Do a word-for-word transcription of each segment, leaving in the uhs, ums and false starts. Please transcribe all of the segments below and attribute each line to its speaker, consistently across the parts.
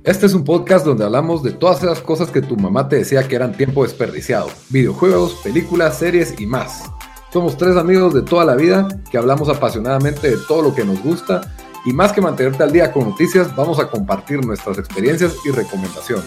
Speaker 1: Este es un podcast donde hablamos de todas esas cosas que tu mamá te decía que eran tiempo desperdiciado. Videojuegos, películas, series y más. Somos tres amigos de toda la vida que hablamos apasionadamente de todo lo que nos gusta y más que mantenerte al día con noticias, vamos a compartir nuestras experiencias y recomendaciones.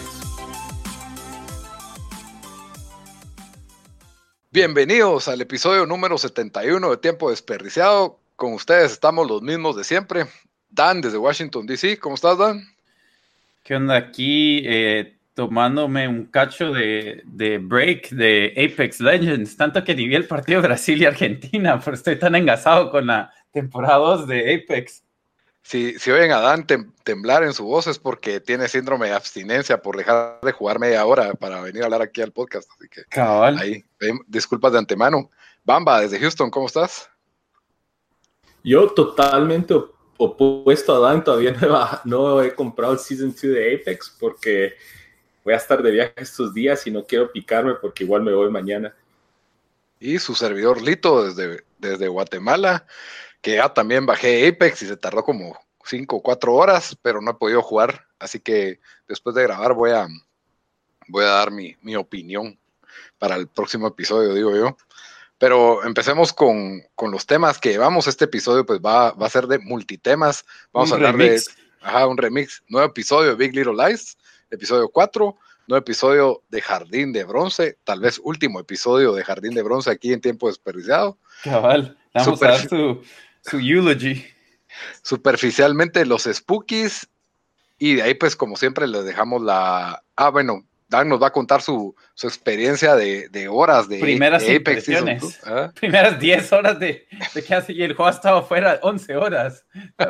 Speaker 1: Bienvenidos al episodio número setenta y uno de Tiempo Desperdiciado. Con ustedes estamos los mismos de siempre. Dan desde Washington, D C. ¿Cómo estás, Dan?
Speaker 2: ¿Qué onda? Aquí eh, tomándome un cacho de, de break de Apex Legends, tanto que ni vi el partido de Brasil y Argentina, pero estoy tan engasado con la temporada dos de Apex.
Speaker 1: Si, si oyen a Dan tem, temblar en su voz es porque tiene síndrome de abstinencia por dejar de jugar media hora para venir a hablar aquí al podcast, así que
Speaker 2: Cabal.
Speaker 1: ahí, eh, disculpas de antemano. Bamba, desde Houston, ¿cómo estás?
Speaker 3: Yo totalmente op- opuesto a Dan, todavía no he, no he comprado el Season dos de Apex porque voy a estar de viaje estos días y no quiero picarme porque igual me voy mañana.
Speaker 1: Y su servidor Lito desde, desde Guatemala, que ya también bajé Apex y se tardó como cinco o cuatro horas, pero no he podido jugar, así que después de grabar voy a, voy a dar mi, mi opinión para el próximo episodio, digo yo. Pero empecemos con, con los temas que llevamos. Este episodio pues va, va a ser de multitemas. Vamos
Speaker 2: Un
Speaker 1: a hablar
Speaker 2: remix.
Speaker 1: de ajá, un remix. Nuevo episodio de Big Little Lies, episodio cuatro. Nuevo episodio de Jardín de Bronce. Tal vez último episodio de Jardín de Bronce aquí en Tiempo Desperdiciado.
Speaker 2: Cabal, vamos Superfi- a dar su, su eulogy.
Speaker 1: Superficialmente los Spookies. Y de ahí pues como siempre les dejamos la... Ah, bueno... Dan nos va a contar su, su experiencia de, de horas de,
Speaker 2: Primeras
Speaker 1: de Apex
Speaker 2: impresiones.
Speaker 1: ¿Ah?
Speaker 2: Primeras diez horas de, de que hace y el juego ha estado fuera once horas.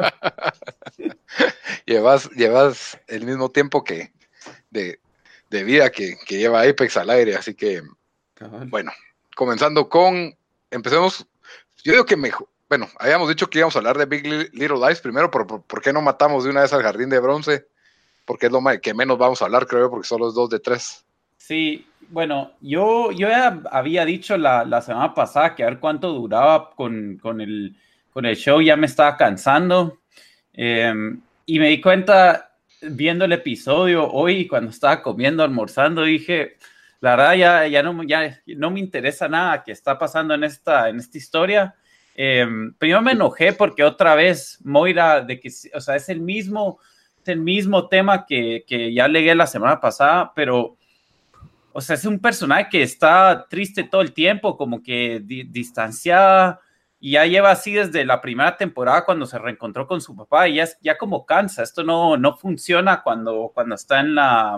Speaker 1: llevas, llevas el mismo tiempo que de, de vida que, que lleva Apex al aire, así que Cabal. Bueno, comenzando con, empecemos, yo digo que mejor, bueno, habíamos dicho que íbamos a hablar de Big Little Lies primero, pero ¿por, por qué no matamos de una vez al Jardín de Bronce? Porque es lo que menos vamos a hablar, creo yo, porque son los dos de tres.
Speaker 2: Sí, bueno, yo, yo ya había dicho la, la semana pasada que a ver cuánto duraba con, con, el, con el show, ya me estaba cansando. Eh, y me di cuenta, viendo el episodio hoy, cuando estaba comiendo, almorzando, dije, la verdad ya, ya, no, ya no me interesa nada que está pasando en esta, en esta historia. Eh, pero yo me enojé porque otra vez Moira, de que, o sea, es el mismo... el mismo tema que, que ya legué la semana pasada, pero, o sea, es un personaje que está triste todo el tiempo, como que di- distanciada, y ya lleva así desde la primera temporada cuando se reencontró con su papá, y ya, ya como cansa, esto no, no funciona cuando, cuando está en la,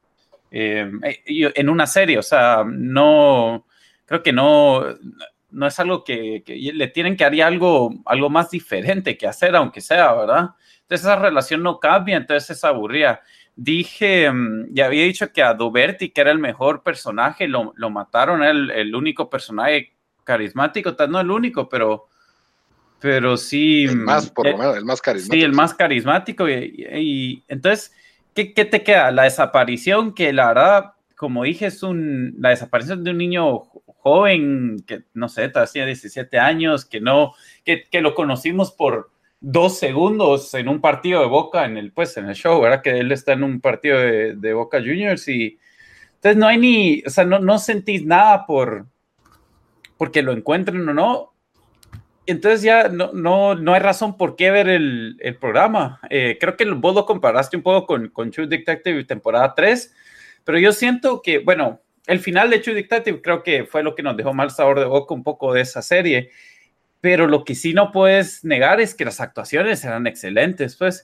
Speaker 2: eh, en una serie, o sea, no, creo que no, no es algo que, que le tienen que hacer algo, algo más diferente que hacer, aunque sea, ¿verdad? Entonces esa relación no cambia, entonces es aburrida. Dije, ya había dicho que a Duberti, que era el mejor personaje, lo, lo mataron, era el, el único personaje carismático, no el único, pero, pero sí.
Speaker 1: El más, por eh, lo menos, el más carismático.
Speaker 2: Sí, el más carismático. Y, y, y entonces, ¿qué, ¿qué te queda? La desaparición, que la verdad, como dije, es un, la desaparición de un niño joven, que no sé, hacía diecisiete años, que no, que, que lo conocimos por dos segundos en un partido de Boca, en el, pues, en el show, ¿verdad? Que él está en un partido de, de Boca Juniors y entonces no hay ni, o sea, no, no sentís nada por, porque lo encuentren o no. Entonces ya no, no, no hay razón por qué ver el, el programa. Eh, creo que vos lo comparaste un poco con, con True Detective temporada tres, pero yo siento que, bueno, el final de True Detective creo que fue lo que nos dejó mal sabor de boca un poco de esa serie. Pero lo que sí no puedes negar es que las actuaciones eran excelentes, pues.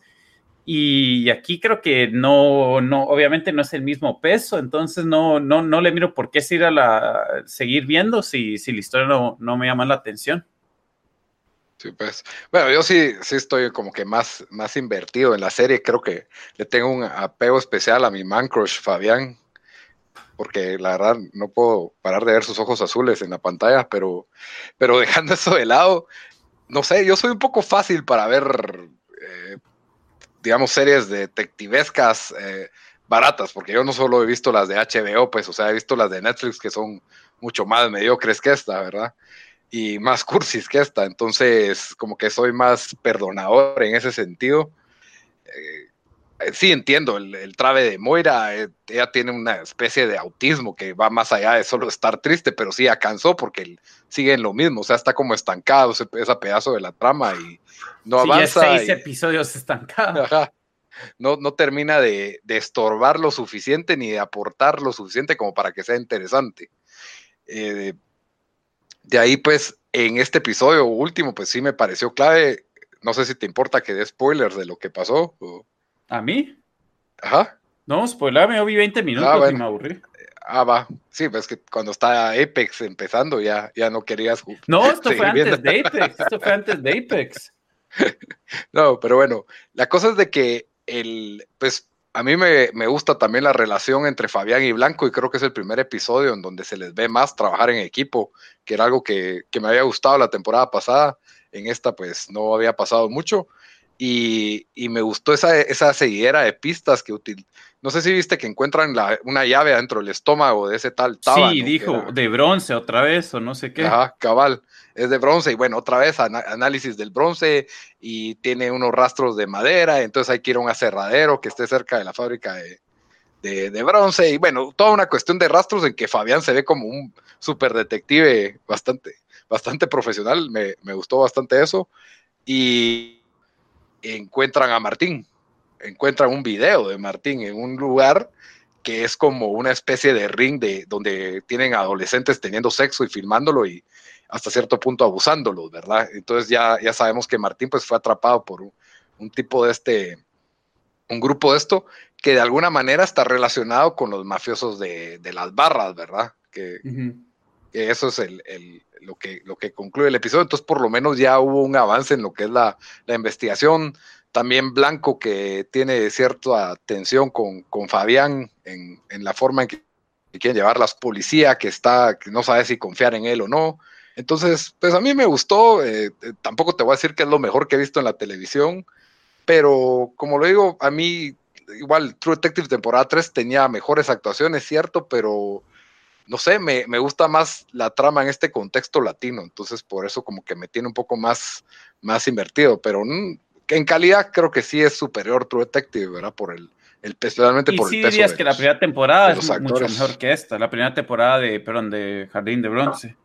Speaker 2: Y aquí creo que no, no, obviamente no es el mismo peso, entonces no, no, no le miro por qué seguir, a la, seguir viendo si, si la historia no, no me llama la atención.
Speaker 1: Sí, pues. Bueno, yo sí, sí estoy como que más, más invertido en la serie. Creo que le tengo un apego especial a mi man crush, Fabián, porque la verdad no puedo parar de ver sus ojos azules en la pantalla, pero, pero dejando eso de lado, no sé, yo soy un poco fácil para ver, eh, digamos, series detectivescas eh, baratas, porque yo no solo he visto las de H B O, pues, o sea, he visto las de Netflix que son mucho más mediocres que esta, ¿verdad? Y más cursis que esta, entonces como que soy más perdonador en ese sentido. Eh, sí entiendo, el, el trave de Moira, eh, ella tiene una especie de autismo que va más allá de solo estar triste, pero sí ya cansó porque sigue en lo mismo, o sea, está como estancado ese, ese pedazo de la trama y no
Speaker 2: sí,
Speaker 1: avanza.
Speaker 2: Ya seis
Speaker 1: y,
Speaker 2: episodios estancados.
Speaker 1: Ajá, no, no termina de, de estorbar lo suficiente ni de aportar lo suficiente como para que sea interesante. Eh, de ahí, pues, en este episodio último, pues sí me pareció clave. No sé si te importa que dé spoilers de lo que pasó. O...
Speaker 2: ¿A mí?
Speaker 1: Ajá.
Speaker 2: No, spoiler, yo vi veinte minutos
Speaker 1: Ah,
Speaker 2: y
Speaker 1: bueno.
Speaker 2: me aburrí.
Speaker 1: Ah, va. Sí, pues que cuando está Apex empezando ya, ya no querías
Speaker 2: No, esto fue
Speaker 1: seguir viendo.
Speaker 2: antes de Apex. Esto fue antes de Apex.
Speaker 1: No, pero bueno, la cosa es de que el, pues a mí me, me gusta también la relación entre Fabián y Blanco y creo que es el primer episodio en donde se les ve más trabajar en equipo, que era algo que, que me había gustado la temporada pasada. En esta pues no había pasado mucho y, y me gustó esa, esa seguidera de pistas que util... No sé si viste que encuentran la, una llave dentro del estómago de ese tal
Speaker 2: Sí,
Speaker 1: tábano. Que
Speaker 2: dijo
Speaker 1: era,
Speaker 2: de bronce otra vez o no sé qué.
Speaker 1: ajá, cabal, es de bronce y bueno, otra vez ana- análisis del bronce y tiene unos rastros de madera, entonces hay que ir a un aserradero que esté cerca de la fábrica de, de, de bronce y bueno, toda una cuestión de rastros en que Fabián se ve como un super detective bastante, bastante profesional, me, me gustó bastante eso y encuentran a Martín, encuentran un video de Martín en un lugar que es como una especie de ring de donde tienen adolescentes teniendo sexo y filmándolo y hasta cierto punto abusándolos, ¿verdad? Entonces ya, ya sabemos que Martín pues fue atrapado por un, un tipo de este, un grupo de esto que de alguna manera está relacionado con los mafiosos de, de las barras, ¿verdad? Que,
Speaker 2: Uh-huh.
Speaker 1: que eso es el, el, lo, que, lo que concluye el episodio. Entonces por lo menos ya hubo un avance en lo que es la, la investigación. También Blanco, que tiene cierta tensión con, con Fabián en, en la forma en que, que quieren llevar la policía, que está, que no sabe si confiar en él o no. Entonces, pues a mí me gustó, eh, eh, tampoco te voy a decir que es lo mejor que he visto en la televisión, pero como lo digo, a mí, igual True Detective temporada tres tenía mejores actuaciones, cierto, pero no sé, me, me gusta más la trama en este contexto latino, entonces por eso como que me tiene un poco más, más invertido, pero mm, en calidad creo que sí es superior True Detective, ¿verdad? Por el, el especialmente
Speaker 2: Y
Speaker 1: por el
Speaker 2: sí
Speaker 1: peso
Speaker 2: dirías
Speaker 1: de
Speaker 2: que la
Speaker 1: los,
Speaker 2: primera temporada
Speaker 1: de
Speaker 2: es
Speaker 1: los
Speaker 2: mucho mejor
Speaker 1: actores.
Speaker 2: que esta, la primera temporada de, perdón, de Jardín de Bronce.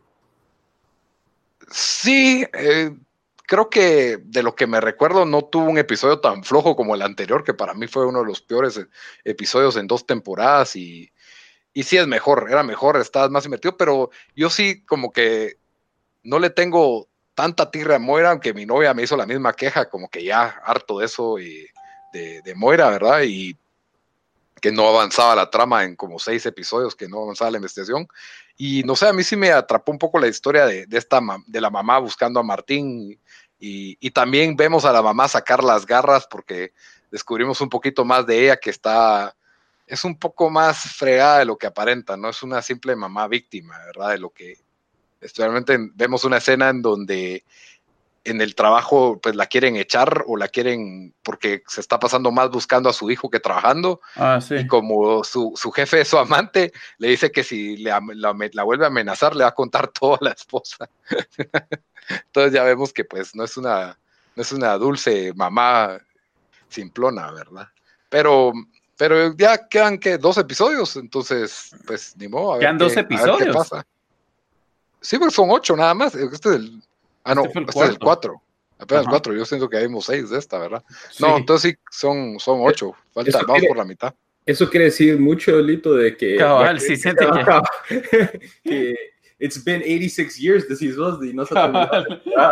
Speaker 1: Sí, eh, creo que de lo que me recuerdo no tuvo un episodio tan flojo como el anterior, que para mí fue uno de los peores eh, episodios en dos temporadas y, y sí es mejor, era mejor, estabas más invertido, pero yo sí como que no le tengo tanta tirra a Moira, aunque mi novia me hizo la misma queja, como que ya harto de eso y de, de Moira, ¿verdad? Y que no avanzaba la trama en como seis episodios, que no avanzaba la investigación. Y no sé, a mí sí me atrapó un poco la historia de, de, esta, de la mamá buscando a Martín y, y también vemos a la mamá sacar las garras porque descubrimos un poquito más de ella que está, es un poco más fregada de lo que aparenta, no es una simple mamá víctima, ¿verdad? De lo que realmente vemos una escena en donde en el trabajo pues la quieren echar o la quieren porque se está pasando más buscando a su hijo que trabajando
Speaker 2: Ah, sí.
Speaker 1: y como su, su jefe es su amante, le dice que si le, la, la vuelve a amenazar le va a contar todo a la esposa. Entonces ya vemos que pues no es una, no es una dulce mamá simplona, ¿verdad? Pero, pero ya quedan que dos episodios, entonces pues ni modo, a ver
Speaker 2: Quedan dos
Speaker 1: qué, a ver qué
Speaker 2: episodios.
Speaker 1: pasa. Sí, pues son ocho nada más. Este es el, ah,
Speaker 2: Este
Speaker 1: no,
Speaker 2: fue el
Speaker 1: este es el
Speaker 2: cuarto.
Speaker 1: cuatro. Apenas
Speaker 2: Ajá.
Speaker 1: cuatro. Yo siento que hay seis de esta, ¿verdad?
Speaker 2: Sí.
Speaker 1: No, entonces sí, son, son ocho. Falta,
Speaker 3: Eso
Speaker 1: vamos
Speaker 3: quiere,
Speaker 1: por la mitad.
Speaker 3: eso quiere decir mucho, Lito, de que
Speaker 2: Cabal,
Speaker 3: ya
Speaker 2: sí,
Speaker 3: que,
Speaker 2: siente
Speaker 3: que, que it's been eighty-six years, decís vos, y no se ha terminado. Ah,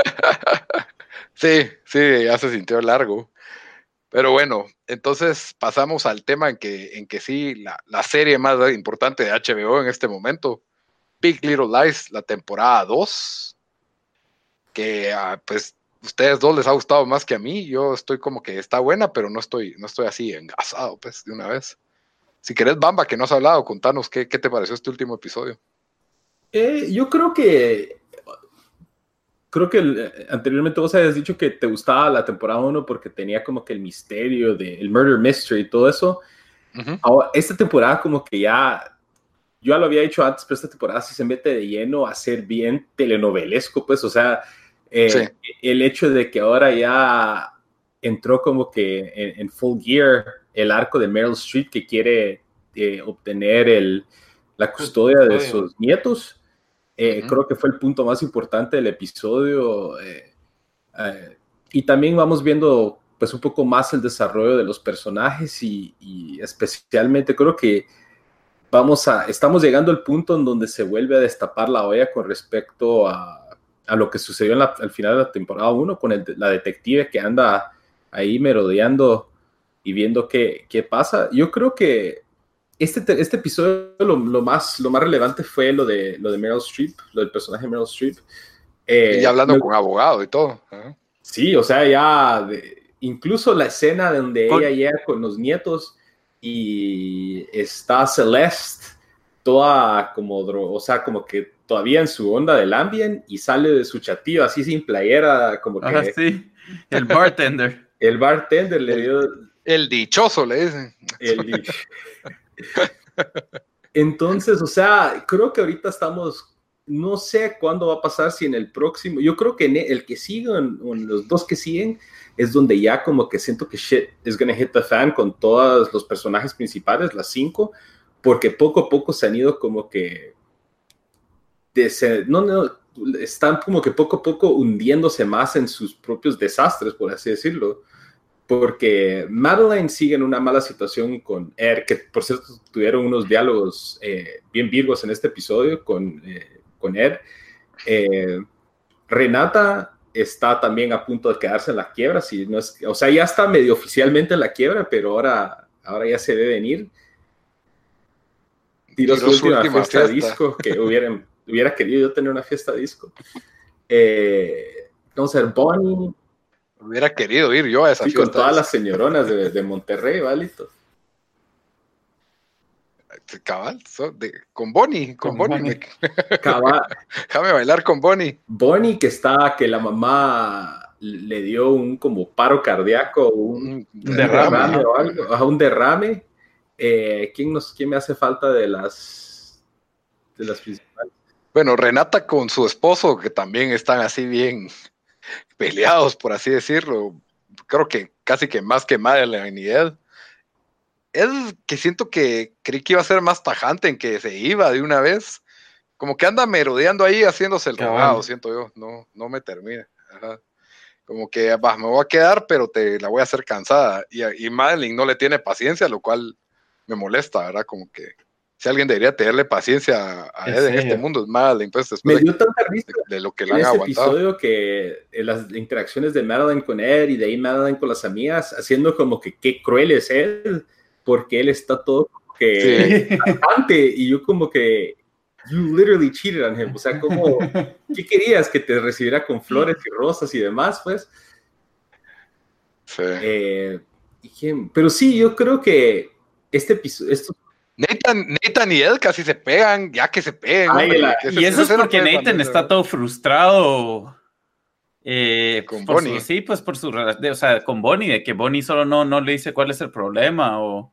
Speaker 1: Sí, sí, ya se sintió largo. Pero bueno, entonces pasamos al tema en que, en que sí, la, la serie más importante de H B O en este momento, Big Little Lies, la temporada dos, que ah, pues ustedes dos les ha gustado más que a mí. Yo estoy como que está buena, pero no estoy, no estoy así engasado, pues, de una vez. Si querés, Bamba, que no has hablado, contanos qué, qué te pareció este último episodio.
Speaker 3: eh, yo creo que creo que el, anteriormente vos habías dicho que te gustaba la temporada uno porque tenía como que el misterio de el murder mystery y todo eso.
Speaker 1: Uh-huh.
Speaker 3: Ahora, esta temporada como que ya, yo ya lo había dicho antes, pero esta temporada sí se mete de lleno a ser bien telenovelesco, pues, o sea, eh, sí. El hecho de que ahora ya entró como que en, en full gear el arco de Meryl Streep que quiere eh, obtener el, la custodia de sus nietos. Eh, uh-huh. Creo que fue el punto más importante del episodio. Eh, eh, y también vamos viendo pues un poco más el desarrollo de los personajes y, y especialmente creo que vamos a, estamos llegando al punto en donde se vuelve a destapar la olla con respecto a, a lo que sucedió en la, al final de la temporada uno con el, la detective que anda ahí merodeando y viendo qué, qué pasa. Yo creo que este, este episodio lo, lo, más, lo más relevante fue lo de, lo de Meryl Streep, lo del personaje de Meryl Streep.
Speaker 1: Eh, y hablando me, con abogado y todo. Uh-huh.
Speaker 3: Sí, o sea, ya de, incluso la escena donde con... ella llega con los nietos y está Celeste toda como, o sea, como que todavía en su onda del ambient y sale de su chatillo así sin playera, como que...
Speaker 2: Ah, sí, el bartender.
Speaker 3: El bartender le dio...
Speaker 1: El, el dichoso, le dicen.
Speaker 3: El dichoso. Entonces, o sea, creo que ahorita estamos... No sé cuándo va a pasar, si en el próximo... Yo creo que en el que sigue, en, en los dos que siguen, es donde ya como que siento que shit is gonna hit the fan con todos los personajes principales, las cinco, porque poco a poco se han ido como que... De, no, no, están como que poco a poco hundiéndose más en sus propios desastres, por así decirlo. Porque Madeline sigue en una mala situación con Ed, que por cierto tuvieron unos diálogos eh, bien virgos en este episodio con, eh, con Ed. Eh, Renata está también a punto de quedarse en la quiebra, si no es, o sea, ya está medio oficialmente en la quiebra, pero ahora, ahora ya se debe venir. Tiró su última, última fiesta, fiesta disco, que hubieran, hubiera querido yo tener una fiesta disco. Eh, vamos a ver, Bonnie.
Speaker 1: Hubiera querido ir yo a esa
Speaker 3: sí,
Speaker 1: fiesta.
Speaker 3: Con todas las señoronas de, de Monterrey, ¿valito?
Speaker 1: Cabal, so, de, con Bonnie, con, con Bonnie. Bonnie. Me...
Speaker 3: Cabal.
Speaker 1: Déjame bailar con Bonnie.
Speaker 3: Bonnie, que está, que la mamá le dio un como paro cardíaco, un, un derrame, derrame o algo, a un derrame. Eh, ¿quién, nos, ¿Quién me hace falta de las, de las principales?
Speaker 1: Bueno, Renata con su esposo, que también están así bien peleados, por así decirlo. Creo que casi que más que Madeline y Ed. Ed, que siento que creí que iba a ser más tajante en que se iba de una vez. Como que anda merodeando ahí haciéndose el rogado, siento yo. No, no me termina. Ajá. Como que bah, me voy a quedar, pero te la voy a hacer cansada. Y, y Madeline no le tiene paciencia, lo cual me molesta, ¿verdad? Como que si alguien debería tenerle paciencia a Ed en este mundo, es Madeline. Pues, después
Speaker 3: me dio
Speaker 1: de,
Speaker 3: tanta risa
Speaker 1: de, de lo que
Speaker 3: en
Speaker 1: le han
Speaker 3: ese
Speaker 1: aguantado.
Speaker 3: Episodio que en las interacciones de Madeline con Ed y de ahí Madeline con las amigas, haciendo como que qué cruel es Ed, porque él está todo que sí. Bastante, y yo como que you literally cheated on him, o sea, como ¿qué querías? Que te recibiera con flores y rosas y demás, pues.
Speaker 1: Sí.
Speaker 3: Eh, pero sí, yo creo que este episodio esto...
Speaker 1: Nathan, Nathan y Ed casi se pegan, ya que se peguen.
Speaker 2: Ay, hombre, la, que y eso es porque Nathan está todo frustrado eh, con por Bonnie. Su, sí, pues por su relación, o sea, con Bonnie, de que Bonnie solo no, no le dice cuál es el problema o...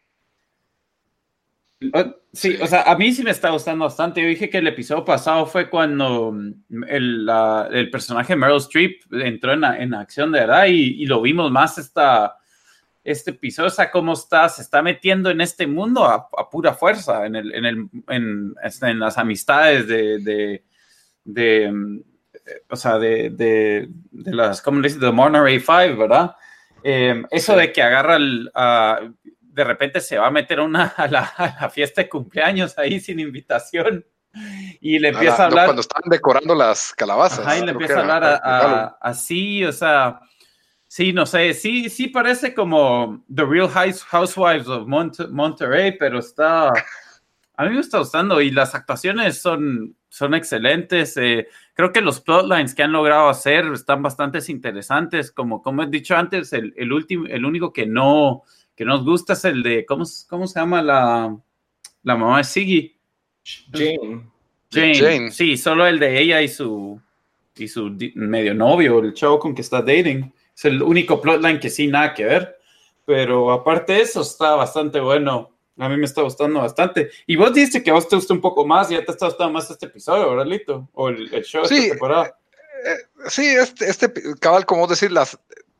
Speaker 2: Sí, sí, o sea, a mí sí me está gustando bastante. Yo dije que el episodio pasado fue cuando el, la, el personaje Meryl Streep entró en, en acción de verdad y, y lo vimos más esta, este episodio, o sea, cómo está, se está metiendo en este mundo a, a pura fuerza, en, el, en, el, en, en las amistades de, de, de o sea, de, de, de las, ¿cómo le dice? De Monterey Five, ¿verdad? Eh, eso sí. De que agarra el... Uh, de repente se va a meter una, a, la, a la fiesta de cumpleaños ahí sin invitación y le empieza a, la, a hablar...
Speaker 1: No, cuando están decorando las calabazas.
Speaker 2: Ajá, y le empieza a hablar a, a, así, o sea, sí, no sé, sí, sí parece como The Real Housewives of Mont- Monterrey, pero está... A mí me está gustando y las actuaciones son, son excelentes. Eh, creo que los plotlines que han logrado hacer están bastante interesantes. Como, como he dicho antes, el, el, último, el único que no... que nos gusta es el de, ¿cómo, cómo se llama la, la mamá de Siggy?
Speaker 3: Jane.
Speaker 2: Jane. Jane. Sí, solo el de ella y su, y su di- medio novio, el chavo con que está dating. Es el único plotline que sí, nada que ver. Pero aparte de eso, está bastante bueno. A mí me está gustando bastante. Y vos dijiste que a vos te gustó un poco más, y ya te está gustando más este episodio, ¿verdad, Lito? O el, el show de
Speaker 1: sí,
Speaker 2: esta temporada.
Speaker 1: Eh, sí, este, este cabal, como decir, las...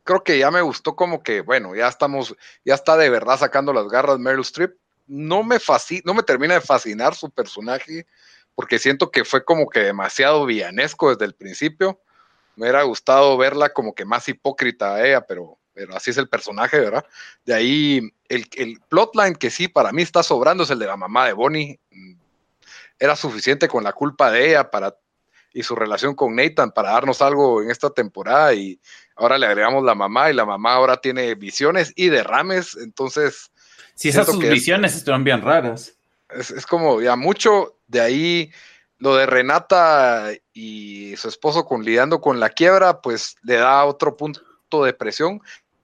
Speaker 1: creo que ya me gustó como que, bueno, ya estamos, ya está de verdad sacando las garras Meryl Streep. No me fascina, no me termina de fascinar su personaje, porque siento que fue como que demasiado villanesco desde el principio. Me hubiera gustado verla como que más hipócrita a ella, pero, pero así es el personaje, ¿verdad? De ahí, el, el plotline que sí para mí está sobrando es el de la mamá de Bonnie. Era suficiente con la culpa de ella para, y su relación con Nathan para darnos algo en esta temporada, y ahora le agregamos la mamá, y la mamá ahora tiene visiones y derrames, entonces...
Speaker 2: Sí, esas sus visiones estuvieron bien raras.
Speaker 1: Es, es como ya mucho. De ahí lo de Renata y su esposo con, lidiando con la quiebra, pues le da otro punto de presión.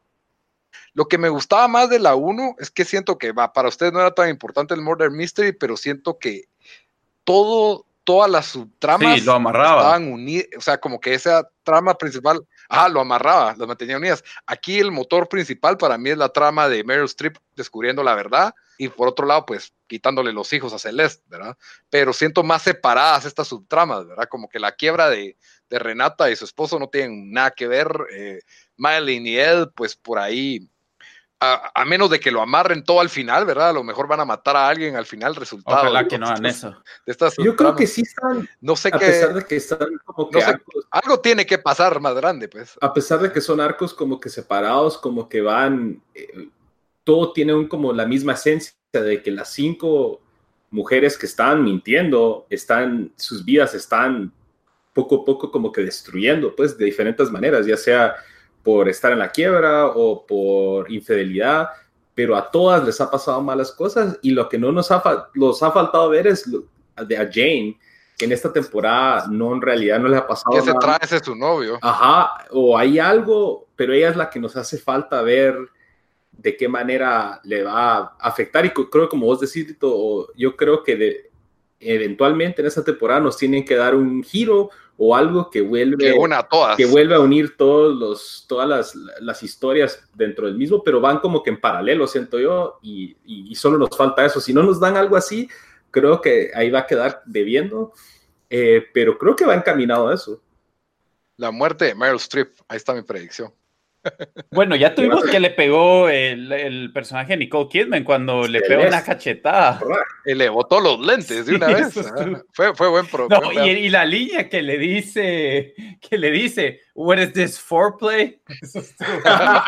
Speaker 1: Lo que me gustaba más de la uno es que siento que va, para ustedes no era tan importante el Murder Mystery, pero siento que todo, todas las subtramas
Speaker 2: sí, lo amarraba.
Speaker 1: Estaban unidas, o sea, como que esa trama principal, ah, lo amarraba, lo mantenía unidas. Aquí el motor principal para mí es la trama de Meryl Streep descubriendo la verdad, y por otro lado, pues quitándole los hijos a Celeste, ¿verdad? Pero siento más separadas estas subtramas, ¿verdad? Como que la quiebra de, de Renata y su esposo no tienen nada que ver. eh, Madeline y Ed, pues por ahí, a, a menos de que lo amarren todo al final, ¿verdad? A lo mejor van a matar a alguien al final, resultado.
Speaker 2: Ojalá
Speaker 1: digo,
Speaker 2: que no hagan
Speaker 1: estas,
Speaker 2: eso.
Speaker 1: De estas
Speaker 3: Yo creo que sí están,
Speaker 1: no sé
Speaker 3: a
Speaker 1: qué,
Speaker 3: pesar de que están como que
Speaker 1: no sé,
Speaker 3: arcos,
Speaker 1: algo tiene que pasar más grande, pues.
Speaker 3: a pesar de que son arcos como que separados, como que van, eh, todo tiene un, como la misma esencia de que las cinco mujeres que están mintiendo, están, sus vidas están poco a poco como que destruyendo, pues, de diferentes maneras, ya sea por estar en la quiebra o por infidelidad, pero a todas les ha pasado malas cosas, y lo que no nos ha, los ha faltado ver es lo, de a Jane, que en esta temporada no, en realidad no le ha pasado
Speaker 1: que se
Speaker 3: nada.
Speaker 1: trae ese su novio.
Speaker 3: Ajá, o hay algo, pero ella es la que nos hace falta ver de qué manera le va a afectar, y creo que como vos decís, yo creo que de, eventualmente en esta temporada nos tienen que dar un giro o algo que vuelve,
Speaker 1: que una a todas.
Speaker 3: que vuelve a unir todos los, todas las, las historias dentro del mismo, pero van como que en paralelo, siento yo, y, y, y solo nos falta eso. Si no nos dan algo así, creo que ahí va a quedar debiendo, eh, pero creo que va encaminado a eso.
Speaker 1: La muerte de Meryl Streep, ahí está mi predicción.
Speaker 2: Bueno, ya tuvimos que le pegó el, el personaje de Nicole Kidman cuando
Speaker 3: Se
Speaker 2: le pegó
Speaker 3: les...
Speaker 2: una cachetada.
Speaker 1: Y le botó los lentes de una
Speaker 2: Sí,
Speaker 1: vez. Fue, fue buen
Speaker 2: problema. No, y,
Speaker 1: y,
Speaker 2: y la línea que le dice, que le dice, what is this foreplay? Eso estuvo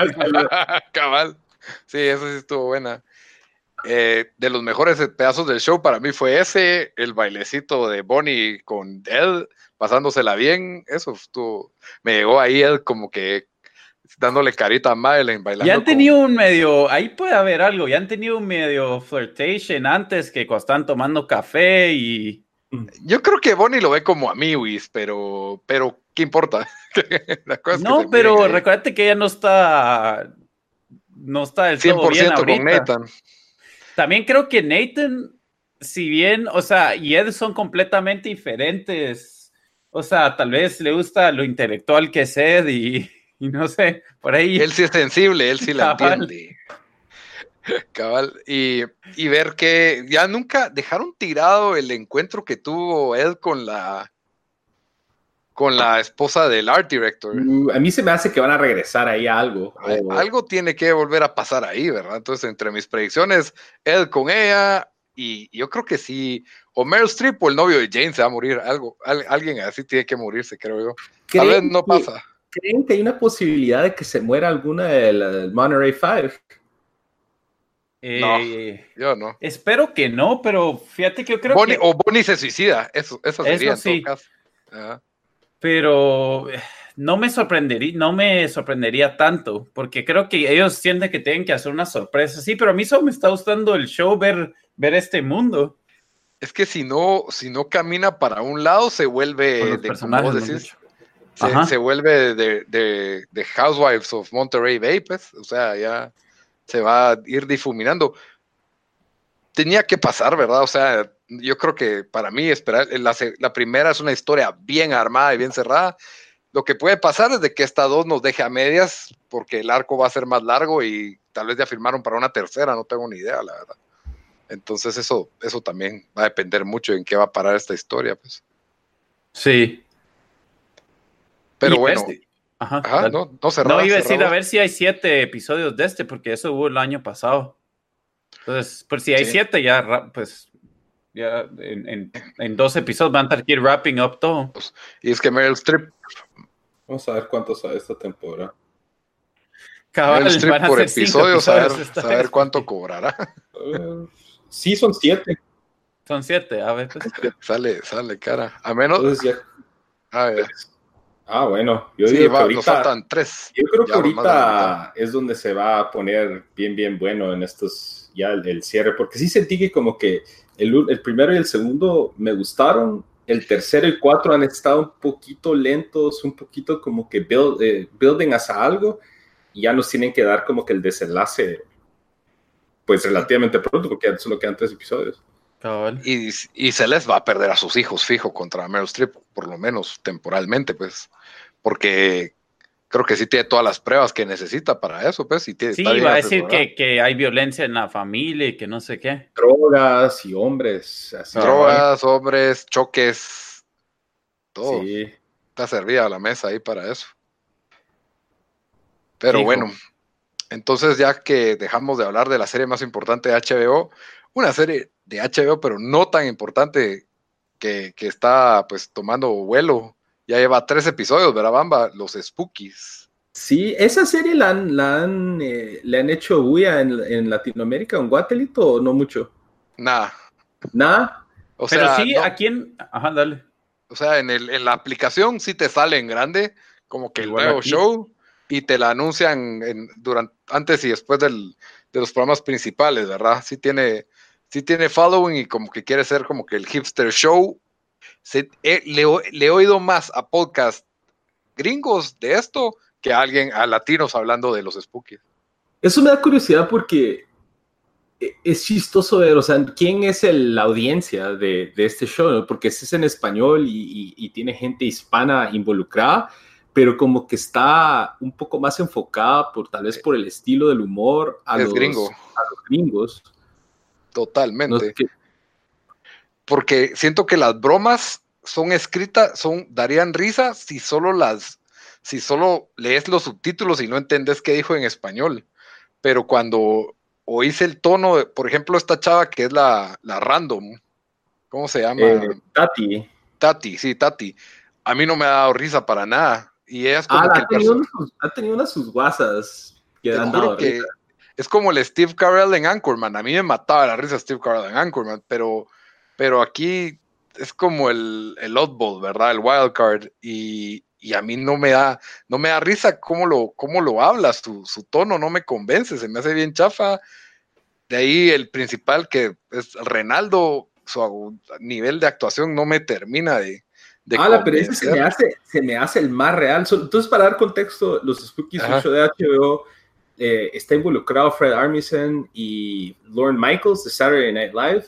Speaker 1: cabal. Sí, eso sí estuvo buena. Eh, de los mejores pedazos del show para mí fue ese, el bailecito de Bonnie con Ed, pasándosela bien. Eso estuvo, me llegó ahí Ed como que dándole carita a Madeline bailando.
Speaker 2: Ya han tenido con... un medio, ahí puede haber algo, ya han tenido un medio flirtation antes, que cuando están tomando café y...
Speaker 1: Yo creo que Bonnie lo ve como amiguis, pero, pero ¿qué importa? La cosa es
Speaker 2: no,
Speaker 1: que
Speaker 2: pero recuérdate que ella no está, no está del todo bien ahorita.
Speaker 1: Con Nathan.
Speaker 2: También creo que Nathan, si bien, o sea, y Ed son completamente diferentes, o sea, tal vez le gusta lo intelectual que es Ed y... Y no sé, por ahí.
Speaker 1: Él sí es sensible, él sí la entiende. Cabal. Y, y ver que ya nunca dejaron tirado el encuentro que tuvo Ed con la con la esposa del art director.
Speaker 3: Uh, a mí se me hace que van a regresar ahí a algo.
Speaker 1: O... Algo tiene que volver a pasar ahí, ¿verdad? Entonces, entre mis predicciones, Ed con ella, y yo creo que sí, o Meryl Streep o el novio de Jane se va a morir. Algo, al, alguien así tiene que morirse, creo yo. Tal vez no
Speaker 3: que...
Speaker 1: pasa.
Speaker 3: ¿Creen que hay una posibilidad de que se muera alguna del Monterey Five?
Speaker 2: Eh,
Speaker 1: no, yo no.
Speaker 2: Espero que no, pero fíjate que yo creo
Speaker 1: Bonnie,
Speaker 2: que...
Speaker 1: O Bonnie se suicida, eso, eso sería
Speaker 2: eso sí.
Speaker 1: en todo caso. Uh-huh.
Speaker 2: Pero no me sorprendería, no me sorprendería tanto, porque creo que ellos sienten que tienen que hacer una sorpresa. Sí, pero a mí solo me está gustando el show, ver, ver este mundo.
Speaker 1: Es que si no, si no camina para un lado, se vuelve, de, como vos decís, se, se vuelve de, de, de Housewives of Monterey Bay, pues, o sea, ya se va a ir difuminando. Tenía que pasar, ¿verdad? O sea, yo creo que para mí esperar, la, la primera es una historia bien armada y bien cerrada. Lo que puede pasar es de que esta dos nos deje a medias, porque el arco va a ser más largo y tal vez ya firmaron para una tercera, no tengo ni idea, la verdad. Entonces eso, eso también va a depender mucho en qué va a parar esta historia, pues.
Speaker 2: Sí.
Speaker 1: Pero y bueno,
Speaker 2: este, Ajá,
Speaker 1: Ajá,
Speaker 2: dale.
Speaker 1: no, no cerrado.
Speaker 2: No, iba a decir
Speaker 1: cerrado.
Speaker 2: a ver si hay siete episodios de este, porque eso hubo el año pasado. Entonces, por si hay
Speaker 1: Sí.
Speaker 2: siete, ya, ra- pues, ya en, en, en dos episodios van a estar aquí wrapping up todo.
Speaker 1: Y es que Meryl Streep,
Speaker 3: Vamos a ver cuántos hay esta temporada.
Speaker 2: Cabal,
Speaker 1: Meryl Streep
Speaker 2: van a
Speaker 1: por
Speaker 2: ser cinco
Speaker 1: episodio, saber,
Speaker 2: episodios esta
Speaker 1: saber
Speaker 2: vez,
Speaker 1: cuánto
Speaker 2: porque
Speaker 1: cobrará.
Speaker 3: Uh, sí, son siete.
Speaker 2: son siete, a ver, pues.
Speaker 1: Sale, sale, cara. A menos.
Speaker 3: Entonces ya.
Speaker 1: A ver.
Speaker 3: Ah, bueno, yo
Speaker 1: Sí,
Speaker 3: digo
Speaker 1: va,
Speaker 3: que
Speaker 1: nos
Speaker 3: ahorita.
Speaker 1: faltan tres.
Speaker 3: Yo creo que
Speaker 1: Ya, más de la mitad.
Speaker 3: ahorita es donde se va a poner bien, bien bueno en estos, ya el, el cierre, porque sí sentí que como que el, el primero y el segundo me gustaron, el tercero y cuatro han estado un poquito lentos, un poquito como que build, eh, building hacia algo, y ya nos tienen que dar como que el desenlace, pues relativamente pronto, porque ya solo quedan tres episodios.
Speaker 2: Cabal.
Speaker 1: Y, y se les va a perder a sus hijos fijo contra Meryl Streep, por lo menos temporalmente, pues. Porque creo que sí tiene todas las pruebas que necesita para eso, pues. Y tiene,
Speaker 2: Sí,
Speaker 1: está bien
Speaker 2: va a decir
Speaker 1: asesorada.
Speaker 2: que, que hay violencia en la familia y que no sé qué.
Speaker 3: Drogas y hombres, así.
Speaker 1: Drogas, hombres, choques, todo.
Speaker 3: Sí.
Speaker 1: Está servida la mesa ahí para eso. Pero
Speaker 2: Fijo.
Speaker 1: bueno, entonces ya que dejamos de hablar de la serie más importante de H B O, una serie de H B O, pero no tan importante que, que está pues tomando vuelo. Ya lleva tres episodios, ¿verdad, Bamba? Los Spookies.
Speaker 3: Sí, esa serie la han, la han, eh, le han hecho bulla en, en Latinoamérica, en Guatelito, o no mucho.
Speaker 1: Nada.
Speaker 3: Nada.
Speaker 1: O
Speaker 2: Pero
Speaker 1: sea,
Speaker 2: sí,
Speaker 1: no,
Speaker 2: ¿a quién? Ajá, dale.
Speaker 1: o sea en, el, en la aplicación sí te sale en grande, como que
Speaker 2: Igual
Speaker 1: el nuevo
Speaker 2: aquí.
Speaker 1: show, y te la anuncian en, durante, antes y después del, de los programas principales, ¿verdad? Sí tiene, sí tiene following y como que quiere ser como que el hipster show. Se, eh, le, le he oído más a podcast gringos de esto que a alguien, a latinos hablando de los Spookies.
Speaker 3: Eso me da curiosidad porque es chistoso ver, o sea, quién es el, la audiencia de, de este show, ¿no? Porque este es en español y, y, y tiene gente hispana involucrada, pero como que está un poco más enfocada por tal vez por el estilo del humor a,
Speaker 1: es
Speaker 3: los,
Speaker 1: gringo.
Speaker 3: a los gringos.
Speaker 1: Totalmente.
Speaker 3: No es que,
Speaker 1: porque siento que las bromas son escritas, son, darían risa si solo las, si solo lees los subtítulos y no entendés qué dijo en español. Pero cuando oís el tono, de, por ejemplo, esta chava que es la, la random, ¿cómo se llama?
Speaker 3: eh, Tati.
Speaker 1: Tati, sí, Tati. A mí no me ha dado risa para nada. Y ella es como
Speaker 3: Ah,
Speaker 1: que
Speaker 3: ha
Speaker 1: el
Speaker 3: tenido,
Speaker 1: personaje.
Speaker 3: unos, ha tenido unas sus guasas que
Speaker 1: Te
Speaker 3: han
Speaker 1: juro
Speaker 3: dado
Speaker 1: que
Speaker 3: risa.
Speaker 1: es como el Steve Carell en Anchorman. A mí me mataba la risa Steve Carell en Anchorman, pero, pero aquí es como el, el oddball, ¿verdad? El wild card. Y, y a mí no me da, no me da risa cómo lo, cómo lo hablas, su, su tono no me convence, se me hace bien chafa. De ahí el principal, que es Renaldo, su nivel de actuación no me termina de, de
Speaker 3: Ah, la, pero ese se me,
Speaker 1: convencer.
Speaker 3: hace, se me hace el más real. Entonces, para dar contexto, los Spookies, un show de H B O, eh, está involucrado Fred Armisen y Lorne Michaels de Saturday Night Live.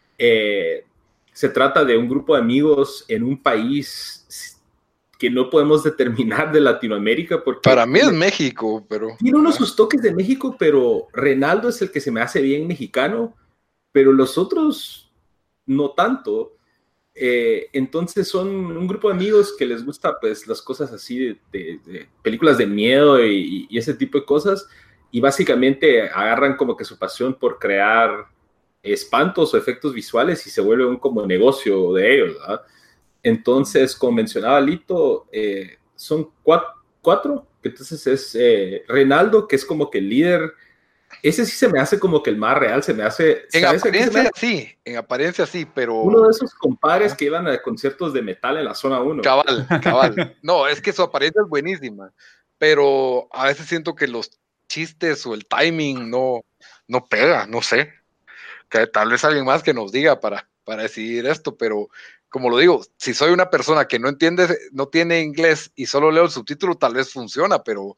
Speaker 3: Eh, se trata de un grupo de amigos en un país que no podemos determinar de Latinoamérica. Porque
Speaker 1: para mí es México, pero...
Speaker 3: Tiene unos sus toques de México, pero Renaldo es el que se me hace bien mexicano, pero los otros no tanto. Eh, entonces son un grupo de amigos que les gusta pues las cosas así de, de, de películas de miedo y, y ese tipo de cosas, y básicamente agarran como que su pasión por crear espantos o efectos visuales y se vuelve un como negocio de ellos, ¿verdad? Entonces, como mencionaba Lito, eh, son cuatro, cuatro, entonces es eh, Renaldo, que es como que el líder. Ese sí se me hace como que el más real, se me hace...
Speaker 1: En apariencia sí, en apariencia sí, pero...
Speaker 3: Uno de esos compadres ¿Ah? que iban a conciertos de metal en la zona uno.
Speaker 1: Cabal, cabal. No, es que su apariencia es buenísima, pero a veces siento que los chistes o el timing no, no pega, no sé. Que tal vez alguien más que nos diga para, para decidir esto, pero como lo digo, si soy una persona que no entiende, no tiene inglés y solo leo el subtítulo, tal vez funciona, pero...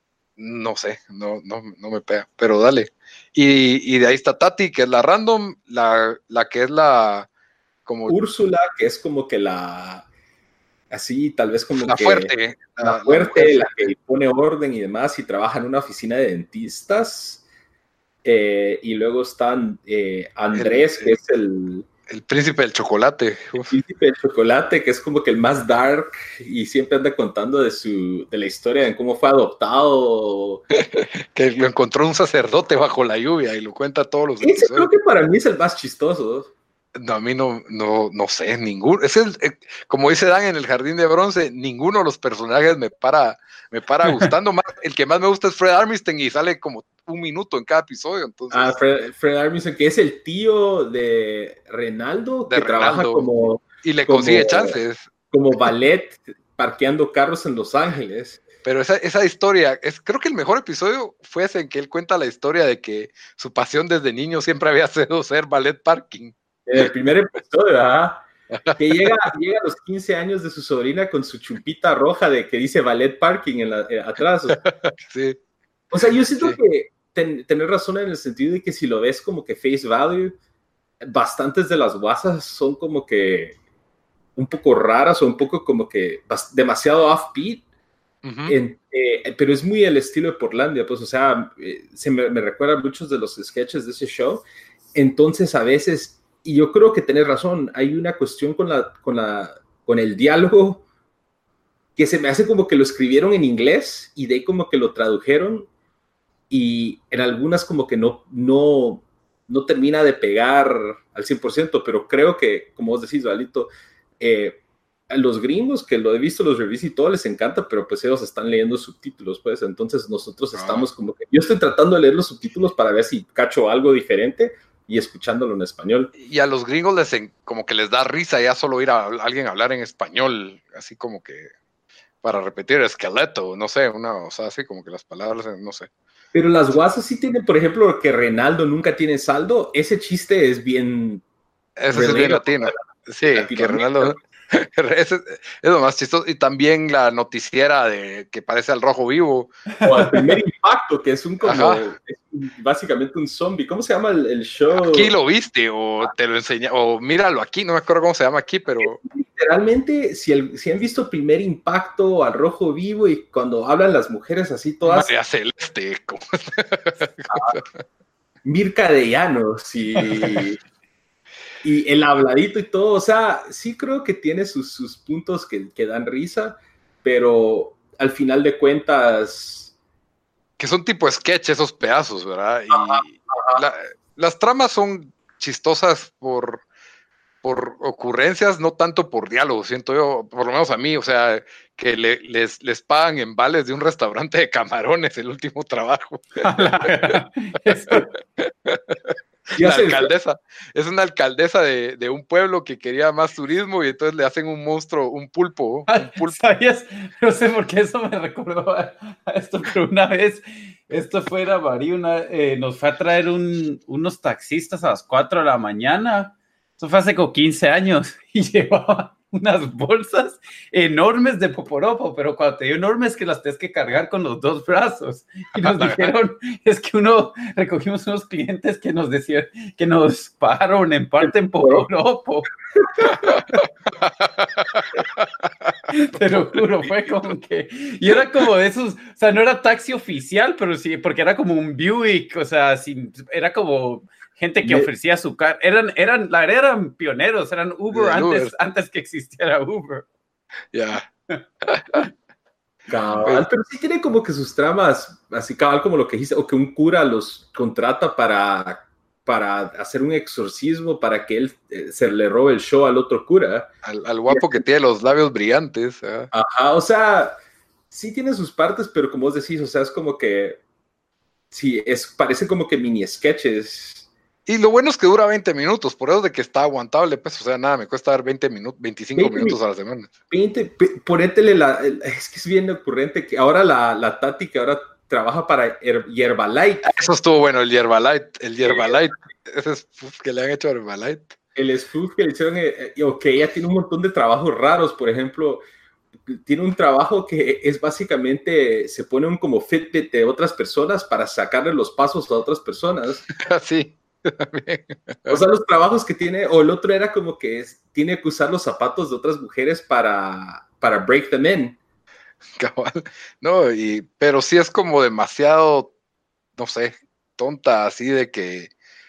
Speaker 1: no sé, no, no, no me pega, pero dale. Y, y de ahí está Tati, que es la random, la, la que es la como
Speaker 3: Úrsula, que es como que la así, tal vez como
Speaker 1: la
Speaker 3: que
Speaker 1: fuerte,
Speaker 3: la,
Speaker 1: la
Speaker 3: fuerte,
Speaker 1: la,
Speaker 3: la que pone orden y demás, y trabaja en una oficina de dentistas. Eh, y luego están eh, Andrés, el, que es el
Speaker 1: El príncipe del chocolate.
Speaker 3: El príncipe del chocolate, que es como que el más dark y siempre anda contando de su de la historia, de cómo fue adoptado.
Speaker 1: Que lo encontró un sacerdote bajo la lluvia y lo cuenta todos los
Speaker 3: Ese
Speaker 1: episodios.
Speaker 3: creo que para mí es el más chistoso.
Speaker 1: No, a mí no, no, no sé, ninguno. Es el, eh, como dice Dan en el Jardín de Bronce, ninguno de los personajes me para, me para gustando más. El que más me gusta es Fred Armisen y sale como un minuto en cada episodio. Entonces,
Speaker 3: ah, Fred, Fred Armisen, que es el tío de Renaldo,
Speaker 1: de
Speaker 3: que
Speaker 1: Renaldo,
Speaker 3: trabaja como...
Speaker 1: y le
Speaker 3: como,
Speaker 1: consigue chances.
Speaker 3: Como ballet, parqueando carros en Los Ángeles.
Speaker 1: Pero esa, esa historia, es, creo que el mejor episodio fue ese en que él cuenta la historia de que su pasión desde niño siempre había sido ser ballet parking.
Speaker 3: En el primer episodio, ¿ah? Que llega, llega a los quince años de su sobrina con su chumpita roja de que dice ballet parking en la, eh, atrás.
Speaker 1: Sí.
Speaker 3: O sea, yo siento
Speaker 1: Sí.
Speaker 3: que ten, tener razón en el sentido de que si lo ves como que face value, bastantes de las guasas son como que un poco raras o un poco como que demasiado offbeat.
Speaker 1: Uh-huh.
Speaker 3: En, eh, pero es muy el estilo de Portlandia, pues, o sea, eh, se me, me recuerda muchos de los sketches de ese show. Entonces, a veces, y yo creo que tenés razón, hay una cuestión con, la, con, la, con el diálogo que se me hace como que lo escribieron en inglés y de ahí como que lo tradujeron y en algunas como que no, no, no termina de pegar al cien por ciento, pero creo que, como vos decís, Valito, eh, a los gringos que lo he visto, los reviews y todo les encanta, pero pues ellos están leyendo subtítulos, pues entonces nosotros estamos como que, yo estoy tratando de leer los subtítulos para ver si cacho algo diferente y escuchándolo en español.
Speaker 1: Y a los gringos les en, como que les da risa ya solo ir a, a alguien a hablar en español, así como que para repetir esqueleto, no sé, una, o sea, así como que las palabras, no sé.
Speaker 3: Pero las guasas sí tienen, por ejemplo, que Renaldo nunca tiene saldo, ese chiste es bien...
Speaker 1: Ese es bien latino. Sí, que Renaldo... Es, es lo más chistoso. Y también la noticiera de que parece al Rojo Vivo.
Speaker 3: O el primer impacto, que es un como es básicamente un zombie. ¿Cómo se llama el, el show?
Speaker 1: Aquí lo viste, o te lo enseña, o míralo aquí, no me acuerdo cómo se llama aquí, pero.
Speaker 3: Literalmente, si, el, si han visto Primer Impacto al Rojo Vivo y cuando hablan las mujeres así todas.
Speaker 1: María Celeste, ¿cómo?
Speaker 3: Ah, Mirka de Llanos y. Y el habladito y todo, o sea, sí creo que tiene sus, sus puntos que, que dan risa, pero al final de cuentas...
Speaker 1: Que son tipo sketch esos pedazos, ¿verdad? Y
Speaker 3: ajá, ajá.
Speaker 1: La, las tramas son chistosas por, por ocurrencias, no tanto por diálogo, siento yo, por lo menos a mí, o sea, que le, les, les pagan en vales de un restaurante de camarones el último trabajo. La alcaldesa, es una alcaldesa de, de un pueblo que quería más turismo y entonces le hacen un monstruo, un pulpo. Un pulpo.
Speaker 2: ¿Sabías? No sé por qué eso me recordó a, a esto, pero una vez, esto fue la María, una, eh, nos fue a traer un, unos taxistas a las cuatro de la mañana, eso fue hace como quince años, y llevaba unas bolsas enormes de poporopo, pero cuando te digo enormes que las tienes que cargar con los dos brazos. Y nos dijeron, es que uno, recogimos unos clientes que nos decían, que nos pagaron en parte en poporopo. Te lo juro, fue como que, y era como de esos, o sea, no era taxi oficial, pero sí, porque era como un Buick, o sea, sin, era como... gente que ofrecía su carro, eran, eran, la verdad eran pioneros, eran Uber, antes, Uber. antes que existiera Uber.
Speaker 1: Ya. Yeah.
Speaker 3: Cabal, pero sí tiene como que sus tramas, así cabal como lo que dijiste, o que un cura los contrata para, para hacer un exorcismo, para que él eh, se le robe el show al otro cura.
Speaker 1: Al, al guapo que tiene los labios brillantes. ¿eh?
Speaker 3: Ajá, o sea, sí tiene sus partes, pero como vos decís, o sea, es como que, sí, es, parece como que mini sketches.
Speaker 1: Y lo bueno es que dura veinte minutos, por eso de que está aguantable, pues, o sea, nada, me cuesta dar veinte minutos, veinticinco veinte, minutos a la semana.
Speaker 3: veinte, ponétele la, es que es bien ocurrente que ahora la, la Tati que ahora trabaja para Herbalife.
Speaker 1: Eso estuvo bueno, el Herbalife, el Herbalife, ese spoof que le han hecho a Herbalife.
Speaker 3: El spoof que le hicieron, eh, ok, ella tiene un montón de trabajos raros, por ejemplo, tiene un trabajo que es básicamente, se pone un como Fitbit de otras personas para sacarle los pasos a otras personas.
Speaker 1: Sí.
Speaker 3: O sea, los trabajos que tiene, o el otro era como que es, tiene que usar los zapatos de otras mujeres para, para break them in.
Speaker 1: Cabal. No, y, pero sí es como demasiado, no sé, tonta, así de que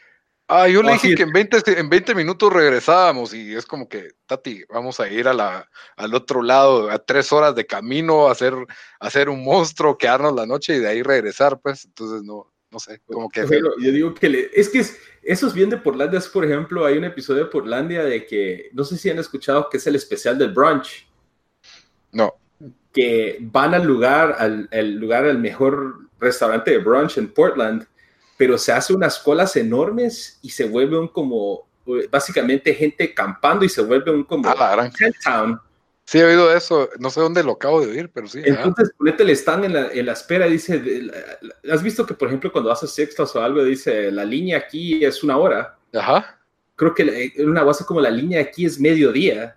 Speaker 1: Ah, yo le
Speaker 3: Oh,
Speaker 1: dije
Speaker 3: sí.
Speaker 1: que en veinte, en veinte minutos regresábamos y es como que, Tati, vamos a ir a la, al otro lado, a tres horas de camino, a hacer, a hacer un monstruo, quedarnos la noche y de ahí regresar, pues. Entonces, no, no sé, como que...
Speaker 3: Bueno, yo digo que le, es que es, eso es bien de Portlandia. Es, por ejemplo, hay un episodio de Portlandia de que, no sé si han escuchado, que es el especial del brunch.
Speaker 1: No.
Speaker 3: Que van al lugar, al, al lugar, al mejor restaurante de brunch en Portland, pero se hace unas colas enormes y se vuelve un como, básicamente gente campando y se vuelve un como
Speaker 1: Ah, la gran.
Speaker 3: tent town.
Speaker 1: Sí, he oído eso, no sé dónde lo acabo de oír, pero sí.
Speaker 3: Entonces, ponete le están en la, en la espera, dice, de, la, ¿has visto que, por ejemplo, cuando haces sextas o algo, dice, la línea aquí es una hora?
Speaker 1: Ajá.
Speaker 3: Creo que en una base como la línea aquí es mediodía.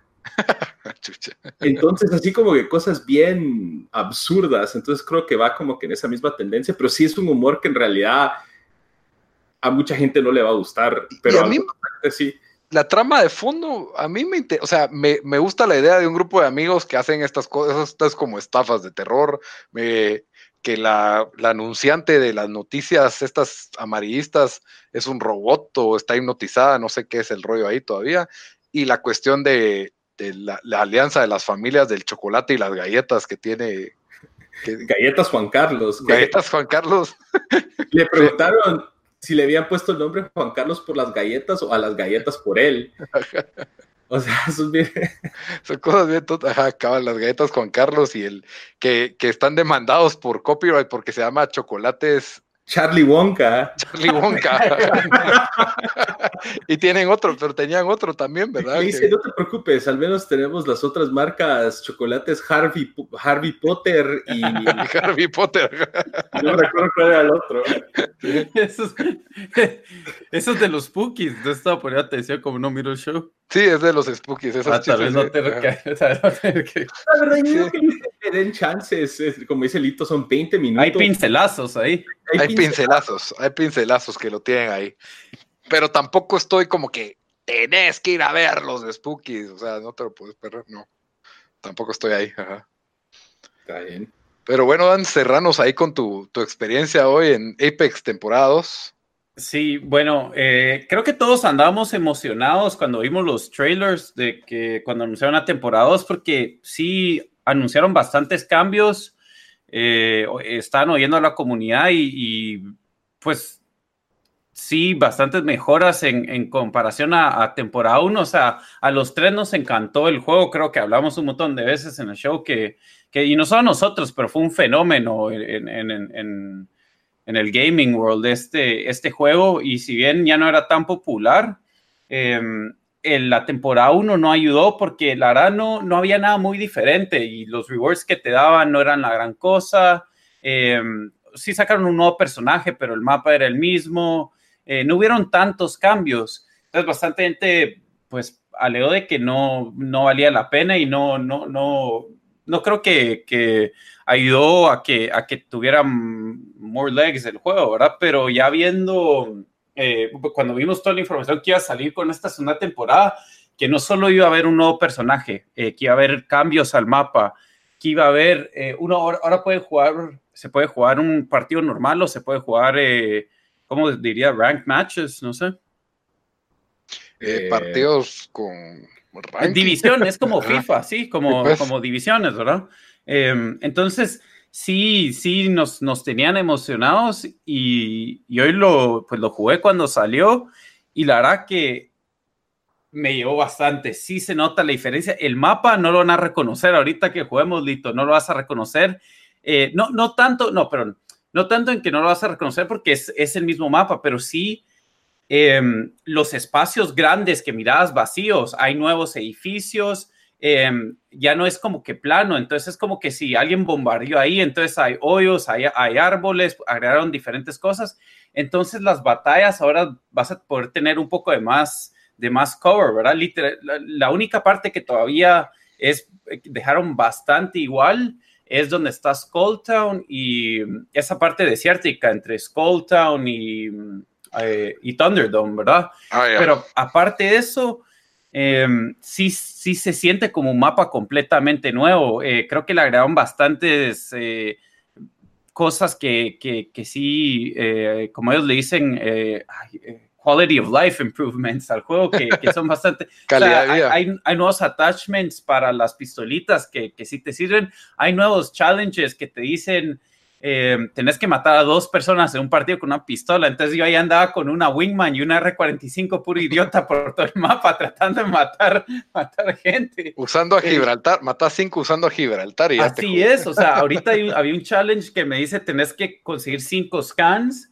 Speaker 3: Entonces, así como que cosas bien absurdas. Entonces, creo que va como que en esa misma tendencia, pero sí es un humor que en realidad a mucha gente no le va a gustar. Pero
Speaker 1: y a mí,
Speaker 3: sí.
Speaker 1: La trama de fondo, a mí me interesa, o sea, me, me gusta la idea de un grupo de amigos que hacen estas cosas, estas como estafas de terror, me, que la, la anunciante de las noticias, estas amarillistas, es un robot o está hipnotizada, no sé qué es el rollo ahí todavía, y la cuestión de, de la, la alianza de las familias del chocolate y las galletas que tiene... Que,
Speaker 3: galletas Juan Carlos.
Speaker 1: Galletas Juan Carlos.
Speaker 3: Le preguntaron si le habían puesto el nombre Juan Carlos por las galletas o a las galletas por él. O sea, eso es bien...
Speaker 1: Son cosas bien tontas. Ajá, acaban las galletas Juan Carlos y el que, que están demandados por copyright porque se llama chocolates
Speaker 3: Charlie Wonka.
Speaker 1: Charlie Wonka. Y tienen otro, pero tenían otro también, ¿verdad?
Speaker 3: Le dice, que... no te preocupes, al menos tenemos las otras marcas, chocolates Harvey, Harvey Potter y...
Speaker 1: Harvey Potter.
Speaker 3: No recuerdo cuál era el otro.
Speaker 2: Sí. Esos, esos de los Spookies, no estaba poniendo atención como no miro el show.
Speaker 1: Sí, es de los Spookies. Esos
Speaker 2: ah, tal vez no tener que, tal vez no tener que...
Speaker 3: La verdad, yo digo sí. que le den chances, es, como dice Lito, son veinte minutos.
Speaker 2: Hay pincelazos ahí.
Speaker 1: Hay, hay pincelazos. pincelazos, hay pincelazos que lo tienen ahí. Pero tampoco estoy como que tenés que ir a ver los de Spookies, o sea, no te lo puedes perder, no. Tampoco estoy ahí. Ajá.
Speaker 3: Está bien.
Speaker 1: Pero bueno, Dan, cerranos ahí con tu, tu experiencia hoy en Apex temporada dos.
Speaker 2: Sí, bueno, eh, creo que todos andábamos emocionados cuando vimos los trailers de que cuando anunciaron la temporada dos, porque sí anunciaron bastantes cambios, eh, están oyendo a la comunidad y, y pues sí, bastantes mejoras en, en comparación a, a temporada uno. O sea, a los tres nos encantó el juego. Creo que hablamos un montón de veces en el show que, que y no solo nosotros, pero fue un fenómeno en, en, en, en, en el gaming world este, este juego. Y si bien ya no era tan popular, eh, en la temporada uno no ayudó porque la verdad no, no había nada muy diferente y los rewards que te daban no eran la gran cosa. Eh, sí sacaron un nuevo personaje, pero el mapa era el mismo. Eh, no hubieron tantos cambios. Entonces, bastante gente, pues, alegó de que no, no valía la pena y no, no, no, no creo que, que ayudó a que, a que tuvieran more legs el juego, ¿verdad? Pero ya viendo, eh, cuando vimos toda la información que iba a salir con esta segunda temporada, que no solo iba a haber un nuevo personaje, eh, que iba a haber cambios al mapa, que iba a haber, eh, uno ahora, ahora puede jugar, se puede jugar un partido normal o se puede jugar... Eh, ¿cómo diría? Ranked matches, no sé.
Speaker 1: Eh, partidos con
Speaker 2: ranking. División, es como FIFA, sí, como, pues. como divisiones, ¿verdad? Eh, entonces, sí, sí, nos, nos tenían emocionados y, y hoy lo, pues lo jugué cuando salió y la verdad que me llevó bastante. Sí se nota la diferencia. El mapa no lo van a reconocer ahorita que juguemos, Lito, no lo vas a reconocer. Eh, no, no tanto, no, perdón. No tanto en que no lo vas a reconocer porque es, es el mismo mapa, pero sí eh, los espacios grandes que mirabas vacíos, hay nuevos edificios, eh, ya no es como que plano, entonces es como que si alguien bombardeó ahí, entonces hay hoyos, hay, hay árboles, agregaron diferentes cosas, entonces las batallas ahora vas a poder tener un poco de más, de más cover, ¿verdad? Literal, la, la única parte que todavía es, dejaron bastante igual, es donde está Skull Town y esa parte desértica entre Skull Town y, eh, y Thunderdome, ¿verdad?
Speaker 1: Oh, yeah.
Speaker 2: Pero aparte de eso, eh, sí, sí se siente como un mapa completamente nuevo. Eh, creo que le agregaron bastantes eh, cosas que, que, que sí, eh, como ellos le dicen, eh, quality of life improvements al juego que, que son bastante...
Speaker 1: Calidad
Speaker 2: o sea,
Speaker 1: de vida.
Speaker 2: hay, hay, hay nuevos attachments para las pistolitas que, que sí te sirven. Hay nuevos challenges que te dicen... Eh, tenés que matar a dos personas en un partido con una pistola. Entonces yo ahí andaba con una Wingman y una R cuarenta y cinco puro idiota por todo el mapa tratando de matar, matar gente.
Speaker 1: Usando a Gibraltar, eh, matás cinco usando a Gibraltar y ya
Speaker 2: así
Speaker 1: te
Speaker 2: es, o sea, ahorita hay, había un challenge que me dice tenés que conseguir cinco scans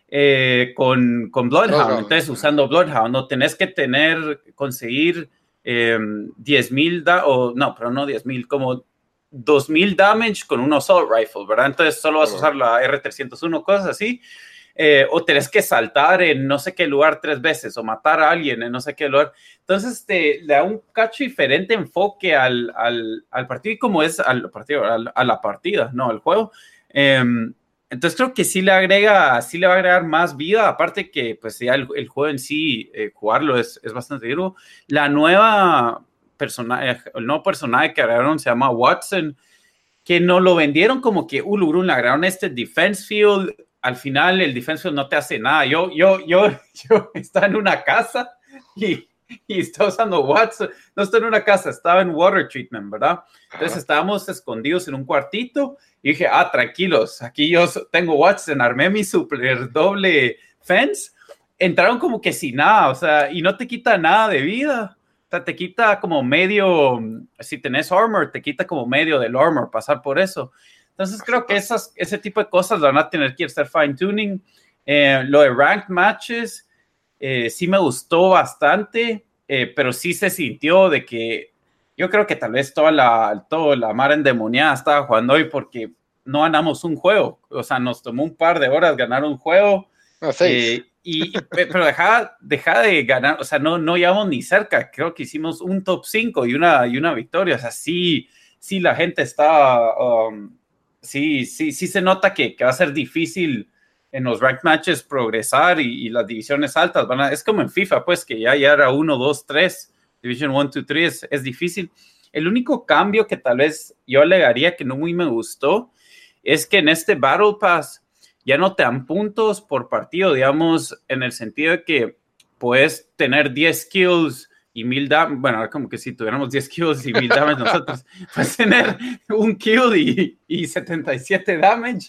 Speaker 2: eh, con, con Bloodhound, Bloodhound, entonces usando Bloodhound, no tenés que tener, conseguir eh, diez mil, o no, pero no diez mil, como dos mil damage con un assault rifle, ¿verdad? Entonces solo vas a usar la R trescientos uno, cosas así. Eh, o tenés que saltar en no sé qué lugar tres veces o matar a alguien en no sé qué lugar. Entonces te le da un cacho diferente enfoque al, al, al partido y como es al partido, al, a la partida, no al juego. Eh, entonces creo que sí le agrega, sí le va a agregar más vida, aparte que pues ya el, el juego en sí, eh, jugarlo es, es bastante duro. La nueva... personaje, el nuevo personaje que agregaron se llama Watson, que no lo vendieron como que uh, Ulurun, le agregaron este defense field, al final el defense field no te hace nada. Yo, yo, yo, yo estaba en una casa y, y estaba usando Watson, no estaba en una casa, estaba en water treatment, ¿verdad? Entonces Ajá. estábamos escondidos en un cuartito y dije, ah, tranquilos, aquí yo tengo Watson, armé mi super doble fence, entraron como que sin nada, o sea, y no te quita nada de vida. Te quita como medio, si tenés armor, te quita como medio del armor pasar por eso. Entonces creo que esas, ese tipo de cosas van a tener que hacer fine tuning. Eh, lo de ranked matches eh, sí me gustó bastante, eh, pero sí se sintió de que yo creo que tal vez toda la, toda la mar endemoniada estaba jugando hoy porque no ganamos un juego. O sea, nos tomó un par de horas ganar un juego.
Speaker 1: No, seis.
Speaker 2: Eh, y, pero deja, deja de ganar, o sea, no, no llevamos ni cerca, creo que hicimos un top cinco y una, y una victoria, o sea, sí, sí la gente está, um, sí, sí, sí se nota que, que va a ser difícil en los ranked matches progresar y, y las divisiones altas, van a, es como en FIFA, pues, que ya, ya era uno, dos, tres, Division uno, dos, tres, es, es difícil. El único cambio que tal vez yo alegaría que no muy me gustó es que en este Battle Pass ya no te dan puntos por partido, digamos, en el sentido de que puedes tener diez kills y mil damage, bueno, como que si tuviéramos diez kills y mil damage nosotros, puedes tener un kill y, y setenta y siete damage,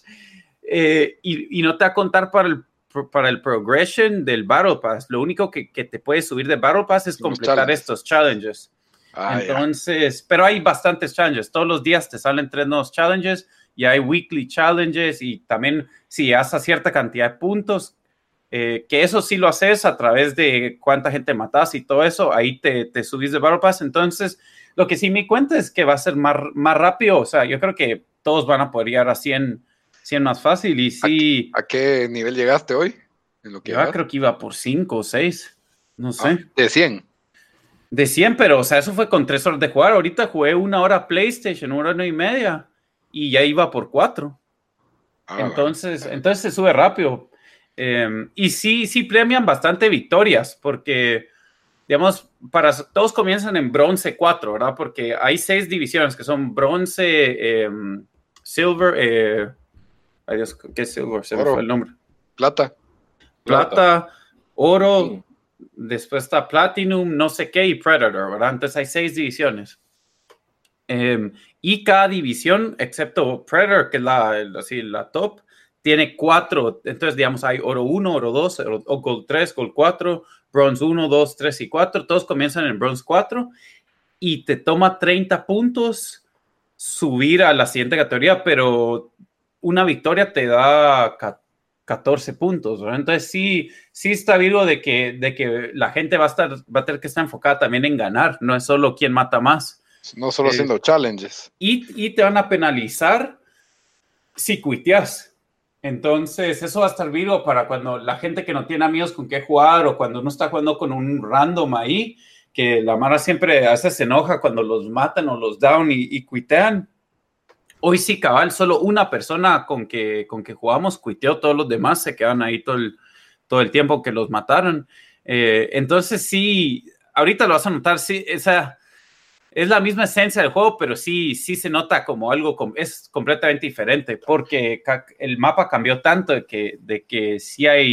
Speaker 2: eh, y, y no te va a contar para el, para el progression del Battle Pass. Lo único que, que te puede subir de Battle Pass es completar challenges. estos challenges. Ah, Entonces, yeah. pero hay bastantes challenges, todos los días te salen tres nuevos challenges, y hay weekly challenges y también si haces cierta cantidad de puntos, eh, que eso sí lo haces a través de cuánta gente matas y todo eso, ahí te, te subís de Battle Pass. Entonces, lo que sí me cuenta es que va a ser más, más rápido, o sea, yo creo que todos van a poder llegar a cien, cien más fácil y sí.
Speaker 1: ¿A, a qué nivel llegaste hoy?
Speaker 2: En lo que yo creo que iba por cinco o seis, no sé.
Speaker 1: Ah, de cien.
Speaker 2: De cien, pero o sea, eso fue con tres horas de jugar. Ahorita jugué una hora PlayStation, una hora y media. Y ya iba por cuatro. Ah, entonces, ah. entonces se sube rápido. Eh, y sí, sí premian bastante victorias, porque, digamos, para todos comienzan en bronce cuatro, ¿verdad? Porque hay seis divisiones que son bronce, eh, silver, eh, ay Dios, ¿qué es silver? Se me fue el nombre.
Speaker 1: Plata.
Speaker 2: Plata, Plata oro, sí. Después está platinum, no sé qué, y predator, ¿verdad? Entonces hay seis divisiones. Um, y cada división, excepto Predator, que es la, así, la top, tiene cuatro. Entonces, digamos, hay oro uno, oro dos, oro, o gold tres, gold cuatro, bronze uno, dos, tres y cuatro. Todos comienzan en bronze cuatro y te toma treinta puntos subir a la siguiente categoría, pero una victoria te da catorce puntos, ¿verdad? Entonces, sí, sí está vivo de que, de que la gente va a, estar, va a tener que estar enfocada también en ganar, no es solo quién mata más.
Speaker 1: No solo haciendo eh, challenges.
Speaker 2: Y, y te van a penalizar si cuiteas. Entonces, eso va a estar vivo para cuando la gente que no tiene amigos con qué jugar o cuando uno está jugando con un random ahí, que la mara siempre a veces se enoja cuando los matan o los down y, y cuitean. Hoy sí, cabal, solo una persona con que, con que jugamos cuiteó, todos los demás se quedan ahí todo el, todo el tiempo que los mataron. Eh, entonces, sí, ahorita lo vas a notar, sí, esa... Es la misma esencia del juego, pero sí, sí se nota como algo, es completamente diferente, porque el mapa cambió tanto de que, de que sí hay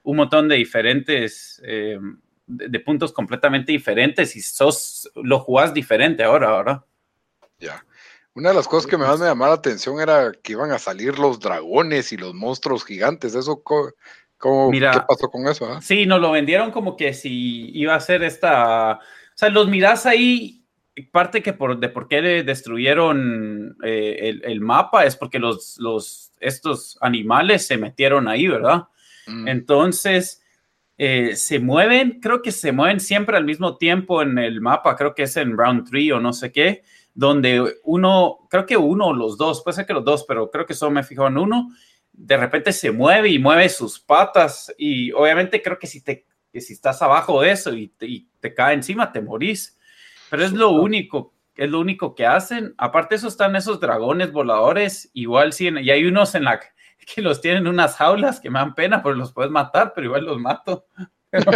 Speaker 2: un montón de diferentes, eh, de, de puntos completamente diferentes y sos, lo jugás diferente ahora, ¿verdad?
Speaker 1: Ya. Una de las cosas que más me llamaba la atención era que iban a salir los dragones y los monstruos gigantes. Eso, ¿cómo, cómo,
Speaker 2: Mira,
Speaker 1: ¿qué pasó con eso? ¿Eh?
Speaker 2: Sí, nos lo vendieron como que si iba a ser esta... O sea, los mirás ahí, parte que por, de por qué destruyeron eh, el, el mapa es porque los, los, estos animales se metieron ahí, ¿verdad? Mm. Entonces, eh, se mueven, creo que se mueven siempre al mismo tiempo en el mapa, creo que es en round three o no sé qué, donde uno, creo que uno o los dos, puede ser que los dos, pero creo que solo me fijo en uno, de repente se mueve y mueve sus patas y obviamente creo que si, te, que si estás abajo de eso y te, y te cae encima, te morís. Pero es lo único, es lo único que hacen. Aparte de eso están esos dragones voladores, igual sí, y hay unos en la que los tienen unas jaulas que me dan pena porque los puedes matar, pero igual los mato. Pero,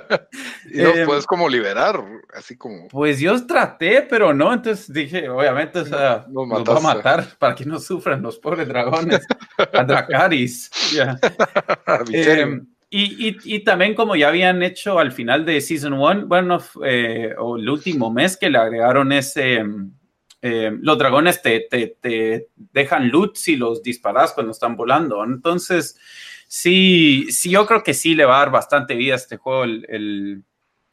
Speaker 1: y los eh, puedes como liberar, así como...
Speaker 2: Pues yo traté, pero no, entonces dije, obviamente, o sea, no, los va a matar para que no sufran los pobres dragones, a Dracarys. Yeah. eh, y, y, y también como ya habían hecho al final de Season uno, bueno, eh, o el último mes que le agregaron ese... Eh, los dragones te, te, te dejan loot si los disparas cuando están volando, entonces... Sí, sí, yo creo que sí le va a dar bastante vida a este juego, el, el,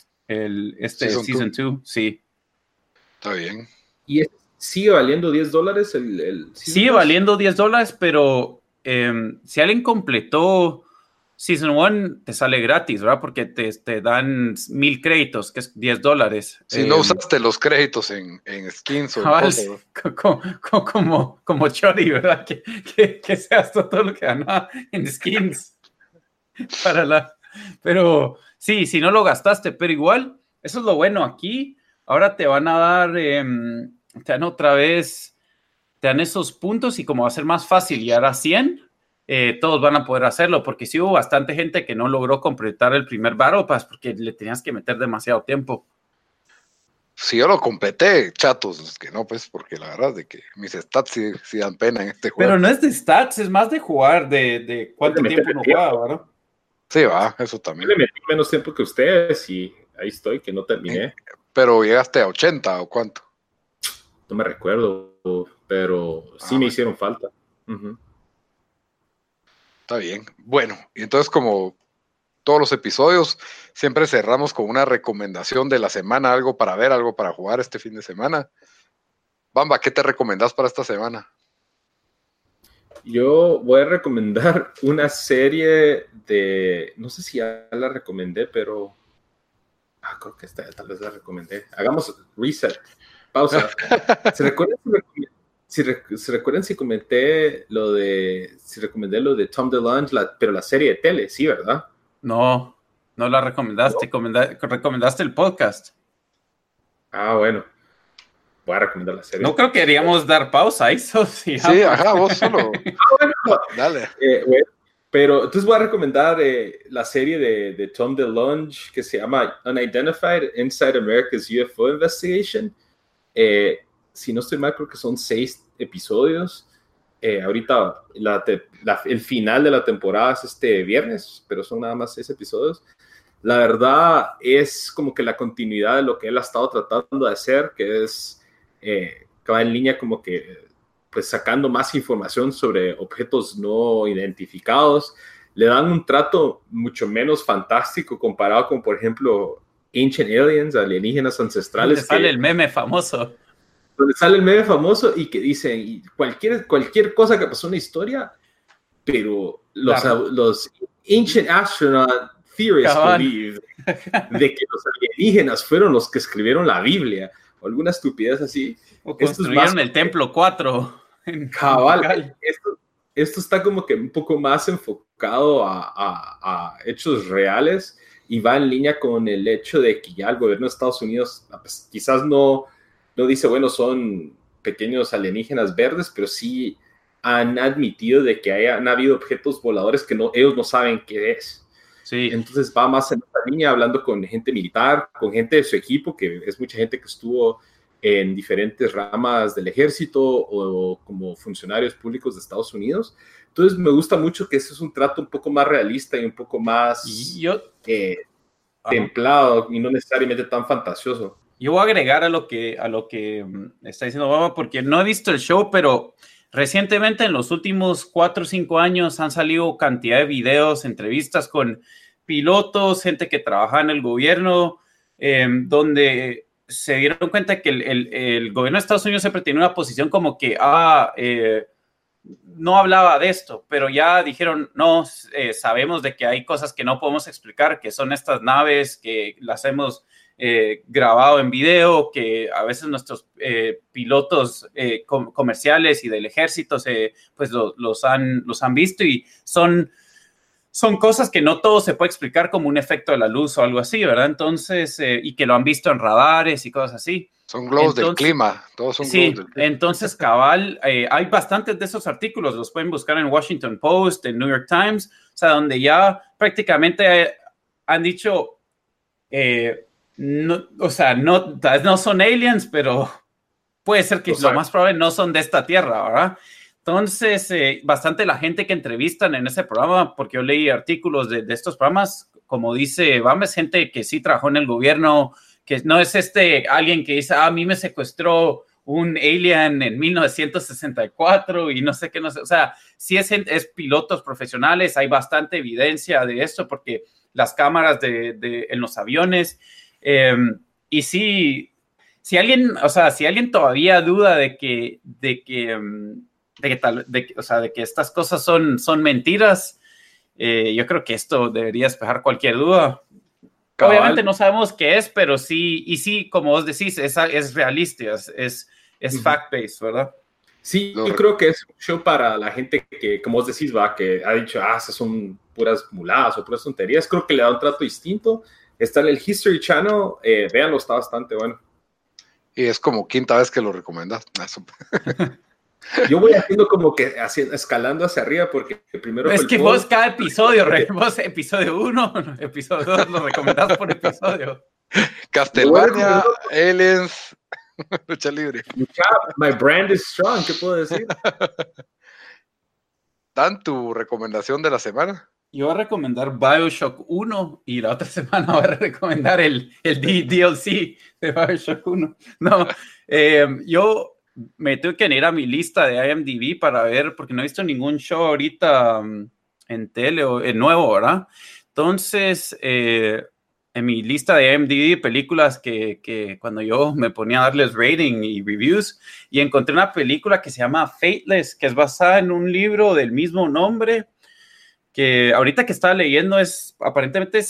Speaker 2: el este Season dos, sí.
Speaker 1: Está bien.
Speaker 3: ¿Y sigue valiendo diez dólares el, el
Speaker 2: Sigue dos? Valiendo diez dólares, pero eh, si alguien completó Season uno, te sale gratis, ¿verdad? Porque te, te dan mil créditos, que es diez dólares.
Speaker 1: Si eh, no usaste los créditos en, en skins o
Speaker 2: cabal, en cosas. Como, como, como, como Chori, ¿verdad? Que, que, que se gastó todo lo que ganaba en skins. Para la... Pero sí, si no lo gastaste, pero igual, eso es lo bueno aquí. Ahora te van a dar, eh, te dan otra vez, te dan esos puntos y como va a ser más fácil llegar a cien, Eh, todos van a poder hacerlo, porque sí hubo bastante gente que no logró completar el primer Battle Pass porque le tenías que meter demasiado tiempo.
Speaker 1: Si yo lo completé, chatos, que no, pues, porque la verdad es de que mis stats sí, sí dan pena en este juego.
Speaker 2: Pero no es de stats, es más de jugar, de, de cuánto tiempo uno juega, ¿verdad?
Speaker 1: Sí, va, eso también.
Speaker 3: Yo le metí menos tiempo que ustedes y ahí estoy, que no terminé.
Speaker 1: Pero llegaste a ochenta o cuánto.
Speaker 3: No me recuerdo, pero sí ah, me bueno. hicieron falta. Uh-huh.
Speaker 1: Está bien. Bueno, y entonces como todos los episodios, siempre cerramos con una recomendación de la semana, algo para ver, algo para jugar este fin de semana. Bamba, ¿qué te recomendás para esta semana?
Speaker 3: Yo voy a recomendar una serie de, no sé si ya la recomendé, pero ah, creo que esta tal vez la recomendé. Hagamos reset, pausa. ¿Se recuerdan si, si, si recuerdan si comenté lo de, si recomendé lo de Tom DeLonge, la, pero la serie de tele, sí, ¿verdad?
Speaker 2: No, no la recomendaste, ¿No? recomendaste el podcast.
Speaker 3: Ah, bueno. Voy a recomendar la serie.
Speaker 2: No creo que queríamos dar pausa, eso sí.
Speaker 1: Sí, ajá, vos solo. Ah, bueno. Dale.
Speaker 3: Eh, bueno, pero entonces voy a recomendar eh, la serie de, de Tom DeLonge que se llama Unidentified Inside America's U F O Investigation. Eh, si no estoy mal, creo que son seis episodios. Eh, ahorita la te, la, el final de la temporada es este viernes, pero son nada más seis episodios. La verdad es como que la continuidad de lo que él ha estado tratando de hacer, que es eh, que va en línea como que pues sacando más información sobre objetos no identificados. Le dan un trato mucho menos fantástico comparado con, por ejemplo, Ancient Aliens, alienígenas ancestrales.
Speaker 2: Donde sale que, el meme famoso.
Speaker 3: Donde sale el meme famoso y que dicen cualquier, cualquier cosa que pasó en la historia, pero los, claro. los Ancient Astronaut Theorists believe de que los alienígenas fueron los que escribieron la Biblia, o alguna estupidez así.
Speaker 2: O construyeron esto es el Templo cuatro.
Speaker 3: En cabal, esto, esto está como que un poco más enfocado a, a, a hechos reales y va en línea con el hecho de que ya el gobierno de Estados Unidos pues, quizás no, no dice, bueno, son pequeños alienígenas verdes, pero sí han admitido de que hayan habido objetos voladores que no, ellos no saben qué es.
Speaker 2: Sí.
Speaker 3: Entonces va más en esta línea hablando con gente militar, con gente de su equipo, que es mucha gente que estuvo en diferentes ramas del ejército o, o como funcionarios públicos de Estados Unidos. Entonces me gusta mucho que ese es un trato un poco más realista y un poco más
Speaker 2: Y yo,
Speaker 3: eh, templado y no necesariamente tan fantasioso.
Speaker 2: Yo voy a agregar a lo que, a lo que está diciendo Obama, porque no he visto el show, pero recientemente en los últimos cuatro o cinco años han salido cantidad de videos, entrevistas con pilotos, gente que trabaja en el gobierno, eh, donde se dieron cuenta que el, el, el gobierno de Estados Unidos siempre tenía una posición como que, ah, eh, no hablaba de esto, pero ya dijeron, no, eh, sabemos de que hay cosas que no podemos explicar, que son estas naves, que las hemos eh, grabado en video, que a veces nuestros eh, pilotos eh, com comerciales y del ejército se, pues lo, los, han, los han visto y son, son cosas que no todo se puede explicar como un efecto de la luz o algo así, ¿verdad? Entonces, eh, y que lo han visto en radares y cosas así.
Speaker 1: Son globos del clima, todos son
Speaker 2: sí,
Speaker 1: globos del clima.
Speaker 2: Entonces, cabal, eh, hay bastantes de esos artículos, los pueden buscar en Washington Post, en New York Times, o sea, donde ya prácticamente eh, han dicho, eh, no, o sea, no, no son aliens, pero puede ser que o sea, lo más probable no son de esta tierra, ¿verdad? Entonces, eh, bastante la gente que entrevistan en ese programa, porque yo leí artículos de, de estos programas, como dice Bam, es gente que sí trabajó en el gobierno, que no es este alguien que dice, ah, a mí me secuestró un alien en mil novecientos sesenta y cuatro y no sé qué, no sé, o sea, sí es, es pilotos profesionales, hay bastante evidencia de esto porque las cámaras de, de, en los aviones, eh, y sí, si alguien, o sea, si alguien todavía duda de que, de que, de que, tal, de, o sea, de que estas cosas son, son mentiras, eh, yo creo que esto debería despejar cualquier duda. Cabal. Obviamente no sabemos qué es, pero sí, y sí, como vos decís, es, es realista, es, es, es uh-huh. fact-based, ¿verdad?
Speaker 3: Sí, yo creo que es un show para la gente que, como vos decís, va, que ha dicho, ah, esas son puras muladas o puras tonterías. Creo que le da un trato distinto. Está en el History Channel, eh, véanlo, está bastante bueno.
Speaker 1: Y es como quinta vez que lo recomendas.
Speaker 3: Yo voy haciendo como que haciendo, escalando hacia arriba porque primero...
Speaker 2: Es que
Speaker 3: post,
Speaker 2: vos cada episodio, vos episodio uno, episodio dos, lo recomendás por episodio.
Speaker 1: Castlevania, Aliens, lucha libre.
Speaker 3: My brand is strong, ¿qué puedo decir?
Speaker 1: Dan, tu recomendación de la semana.
Speaker 2: Yo voy a recomendar BioShock uno y la otra semana voy a recomendar el, el D L C de BioShock uno. No, eh, yo... me tuve que ir a mi lista de I M D B para ver, porque no he visto ningún show ahorita um, en tele o en nuevo, ¿verdad? Entonces, eh, en mi lista de I M D B, películas que, que cuando yo me ponía a darles rating y reviews, y encontré una película que se llama Fateless, que es basada en un libro del mismo nombre, que ahorita que estaba leyendo es aparentemente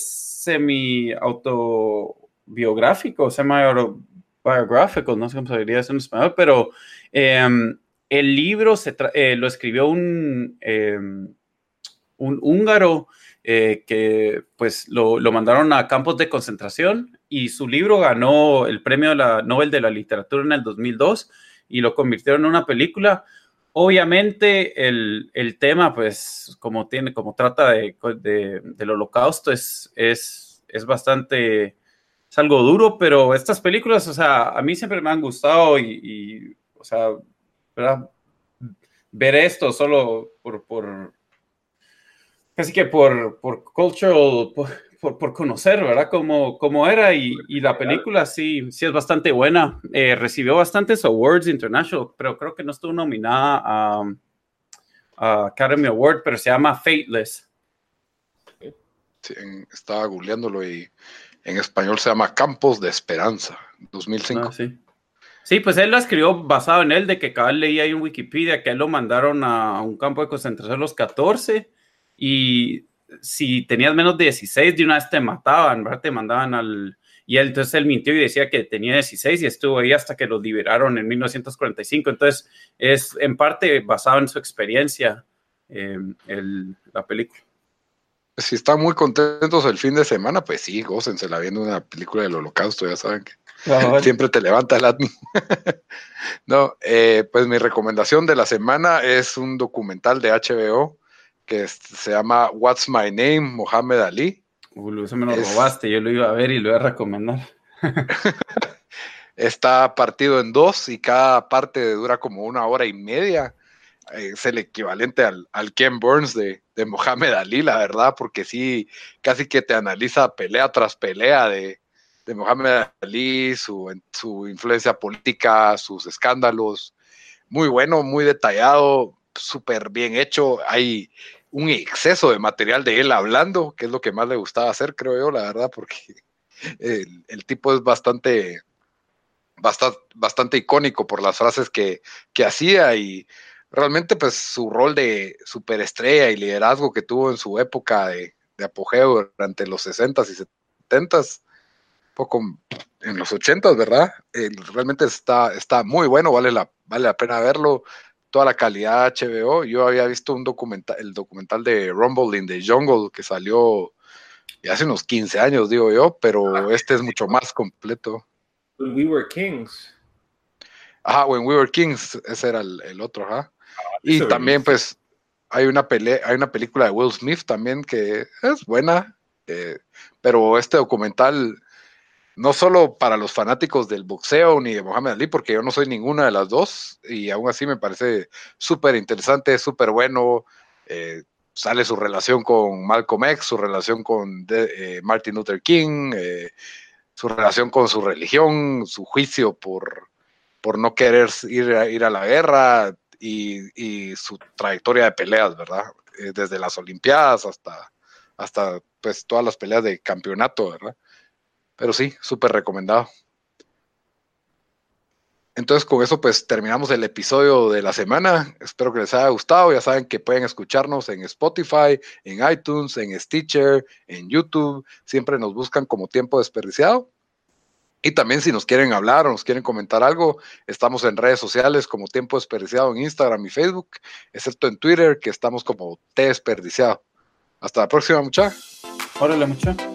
Speaker 2: semi-autobiográfico, semi-autobiográfico, biográfico, no sé cómo se diría eso en español, pero eh, el libro se eh, lo escribió un, eh, un húngaro eh, que pues lo, lo mandaron a campos de concentración y su libro ganó el premio de la Nobel de la Literatura en el dos mil dos y lo convirtieron en una película. Obviamente el, el tema, pues como, tiene, como trata de, de, del holocausto, es, es, es bastante... es algo duro, pero estas películas, o sea, a mí siempre me han gustado y, y o sea, ¿verdad? Ver esto solo por, por casi que por, por cultural, por, por, por conocer, ¿verdad? Cómo, cómo era y, y la película sí, sí es bastante buena. Eh, recibió bastantes awards international, pero creo que no estuvo nominada a, a Academy Award, pero se llama Fateless.
Speaker 1: Sí, estaba googleándolo y en español se llama Campos de Esperanza, dos mil cinco.
Speaker 2: Ah, sí. sí, pues él lo escribió basado en él, de que cabal leía ahí en Wikipedia que a él lo mandaron a un campo de concentración a los catorce y si tenías menos de dieciséis de una vez te mataban, ¿verdad? Te mandaban al... Y él, entonces él mintió y decía que tenía dieciséis y estuvo ahí hasta que los liberaron en mil novecientos cuarenta y cinco. Entonces es en parte basado en su experiencia eh, el, la película.
Speaker 1: Si están muy contentos el fin de semana, pues sí, gócensela viendo una película del holocausto, ya saben que ah, siempre te levanta el admin. No, eh, pues mi recomendación de la semana es un documental de H B O que se llama What's My Name, Mohamed Ali.
Speaker 2: Uh, eso me lo es... robaste, yo lo iba a ver y lo iba a recomendar.
Speaker 1: está partido en dos y cada parte dura como una hora y media. Es el equivalente al, al Ken Burns de, de Mohamed Ali, la verdad, porque sí, casi que te analiza pelea tras pelea de, de Mohamed Ali, su, su influencia política, sus escándalos. Muy bueno, muy detallado, súper bien hecho. Hay un exceso de material de él hablando, que es lo que más le gustaba hacer, creo yo, la verdad, porque el, el tipo es bastante, bastante, bastante icónico por las frases que, que hacía y realmente pues su rol de superestrella y liderazgo que tuvo en su época de, de apogeo durante los sesentas y setentas, poco en los ochentas, ¿verdad? Eh, realmente está, está muy bueno, vale la, vale la pena verlo. Toda la calidad H B O. Yo había visto un documental, el documental de Rumble in the Jungle que salió hace unos quince años, digo yo, pero este es mucho más completo.
Speaker 3: When We Were Kings.
Speaker 1: Ajá, When We Were Kings, ese era el, el otro, ajá. Y también, pues, hay una, pele hay una película de Will Smith también que es buena, eh, pero este documental, no solo para los fanáticos del boxeo ni de Mohamed Ali, porque yo no soy ninguna de las dos, y aún así me parece súper interesante, súper bueno. Eh, sale su relación con Malcolm X, su relación con de, eh, Martin Luther King, eh, su relación con su religión, su juicio por, por no querer ir a, ir a la guerra y, y su trayectoria de peleas, ¿verdad? Eh, desde las Olimpiadas hasta, hasta pues todas las peleas de campeonato, ¿verdad? Pero sí, súper recomendado. Entonces con eso pues terminamos el episodio de la semana. Espero que les haya gustado. Ya saben que pueden escucharnos en Spotify, en iTunes, en Stitcher, en YouTube. Siempre nos buscan como Tiempo Desperdiciado. Y también si nos quieren hablar o nos quieren comentar algo, estamos en redes sociales como Tiempo Desperdiciado en Instagram y Facebook, excepto en Twitter que estamos como T Desperdiciado. Hasta la próxima, muchachos.
Speaker 2: Órale, mucho.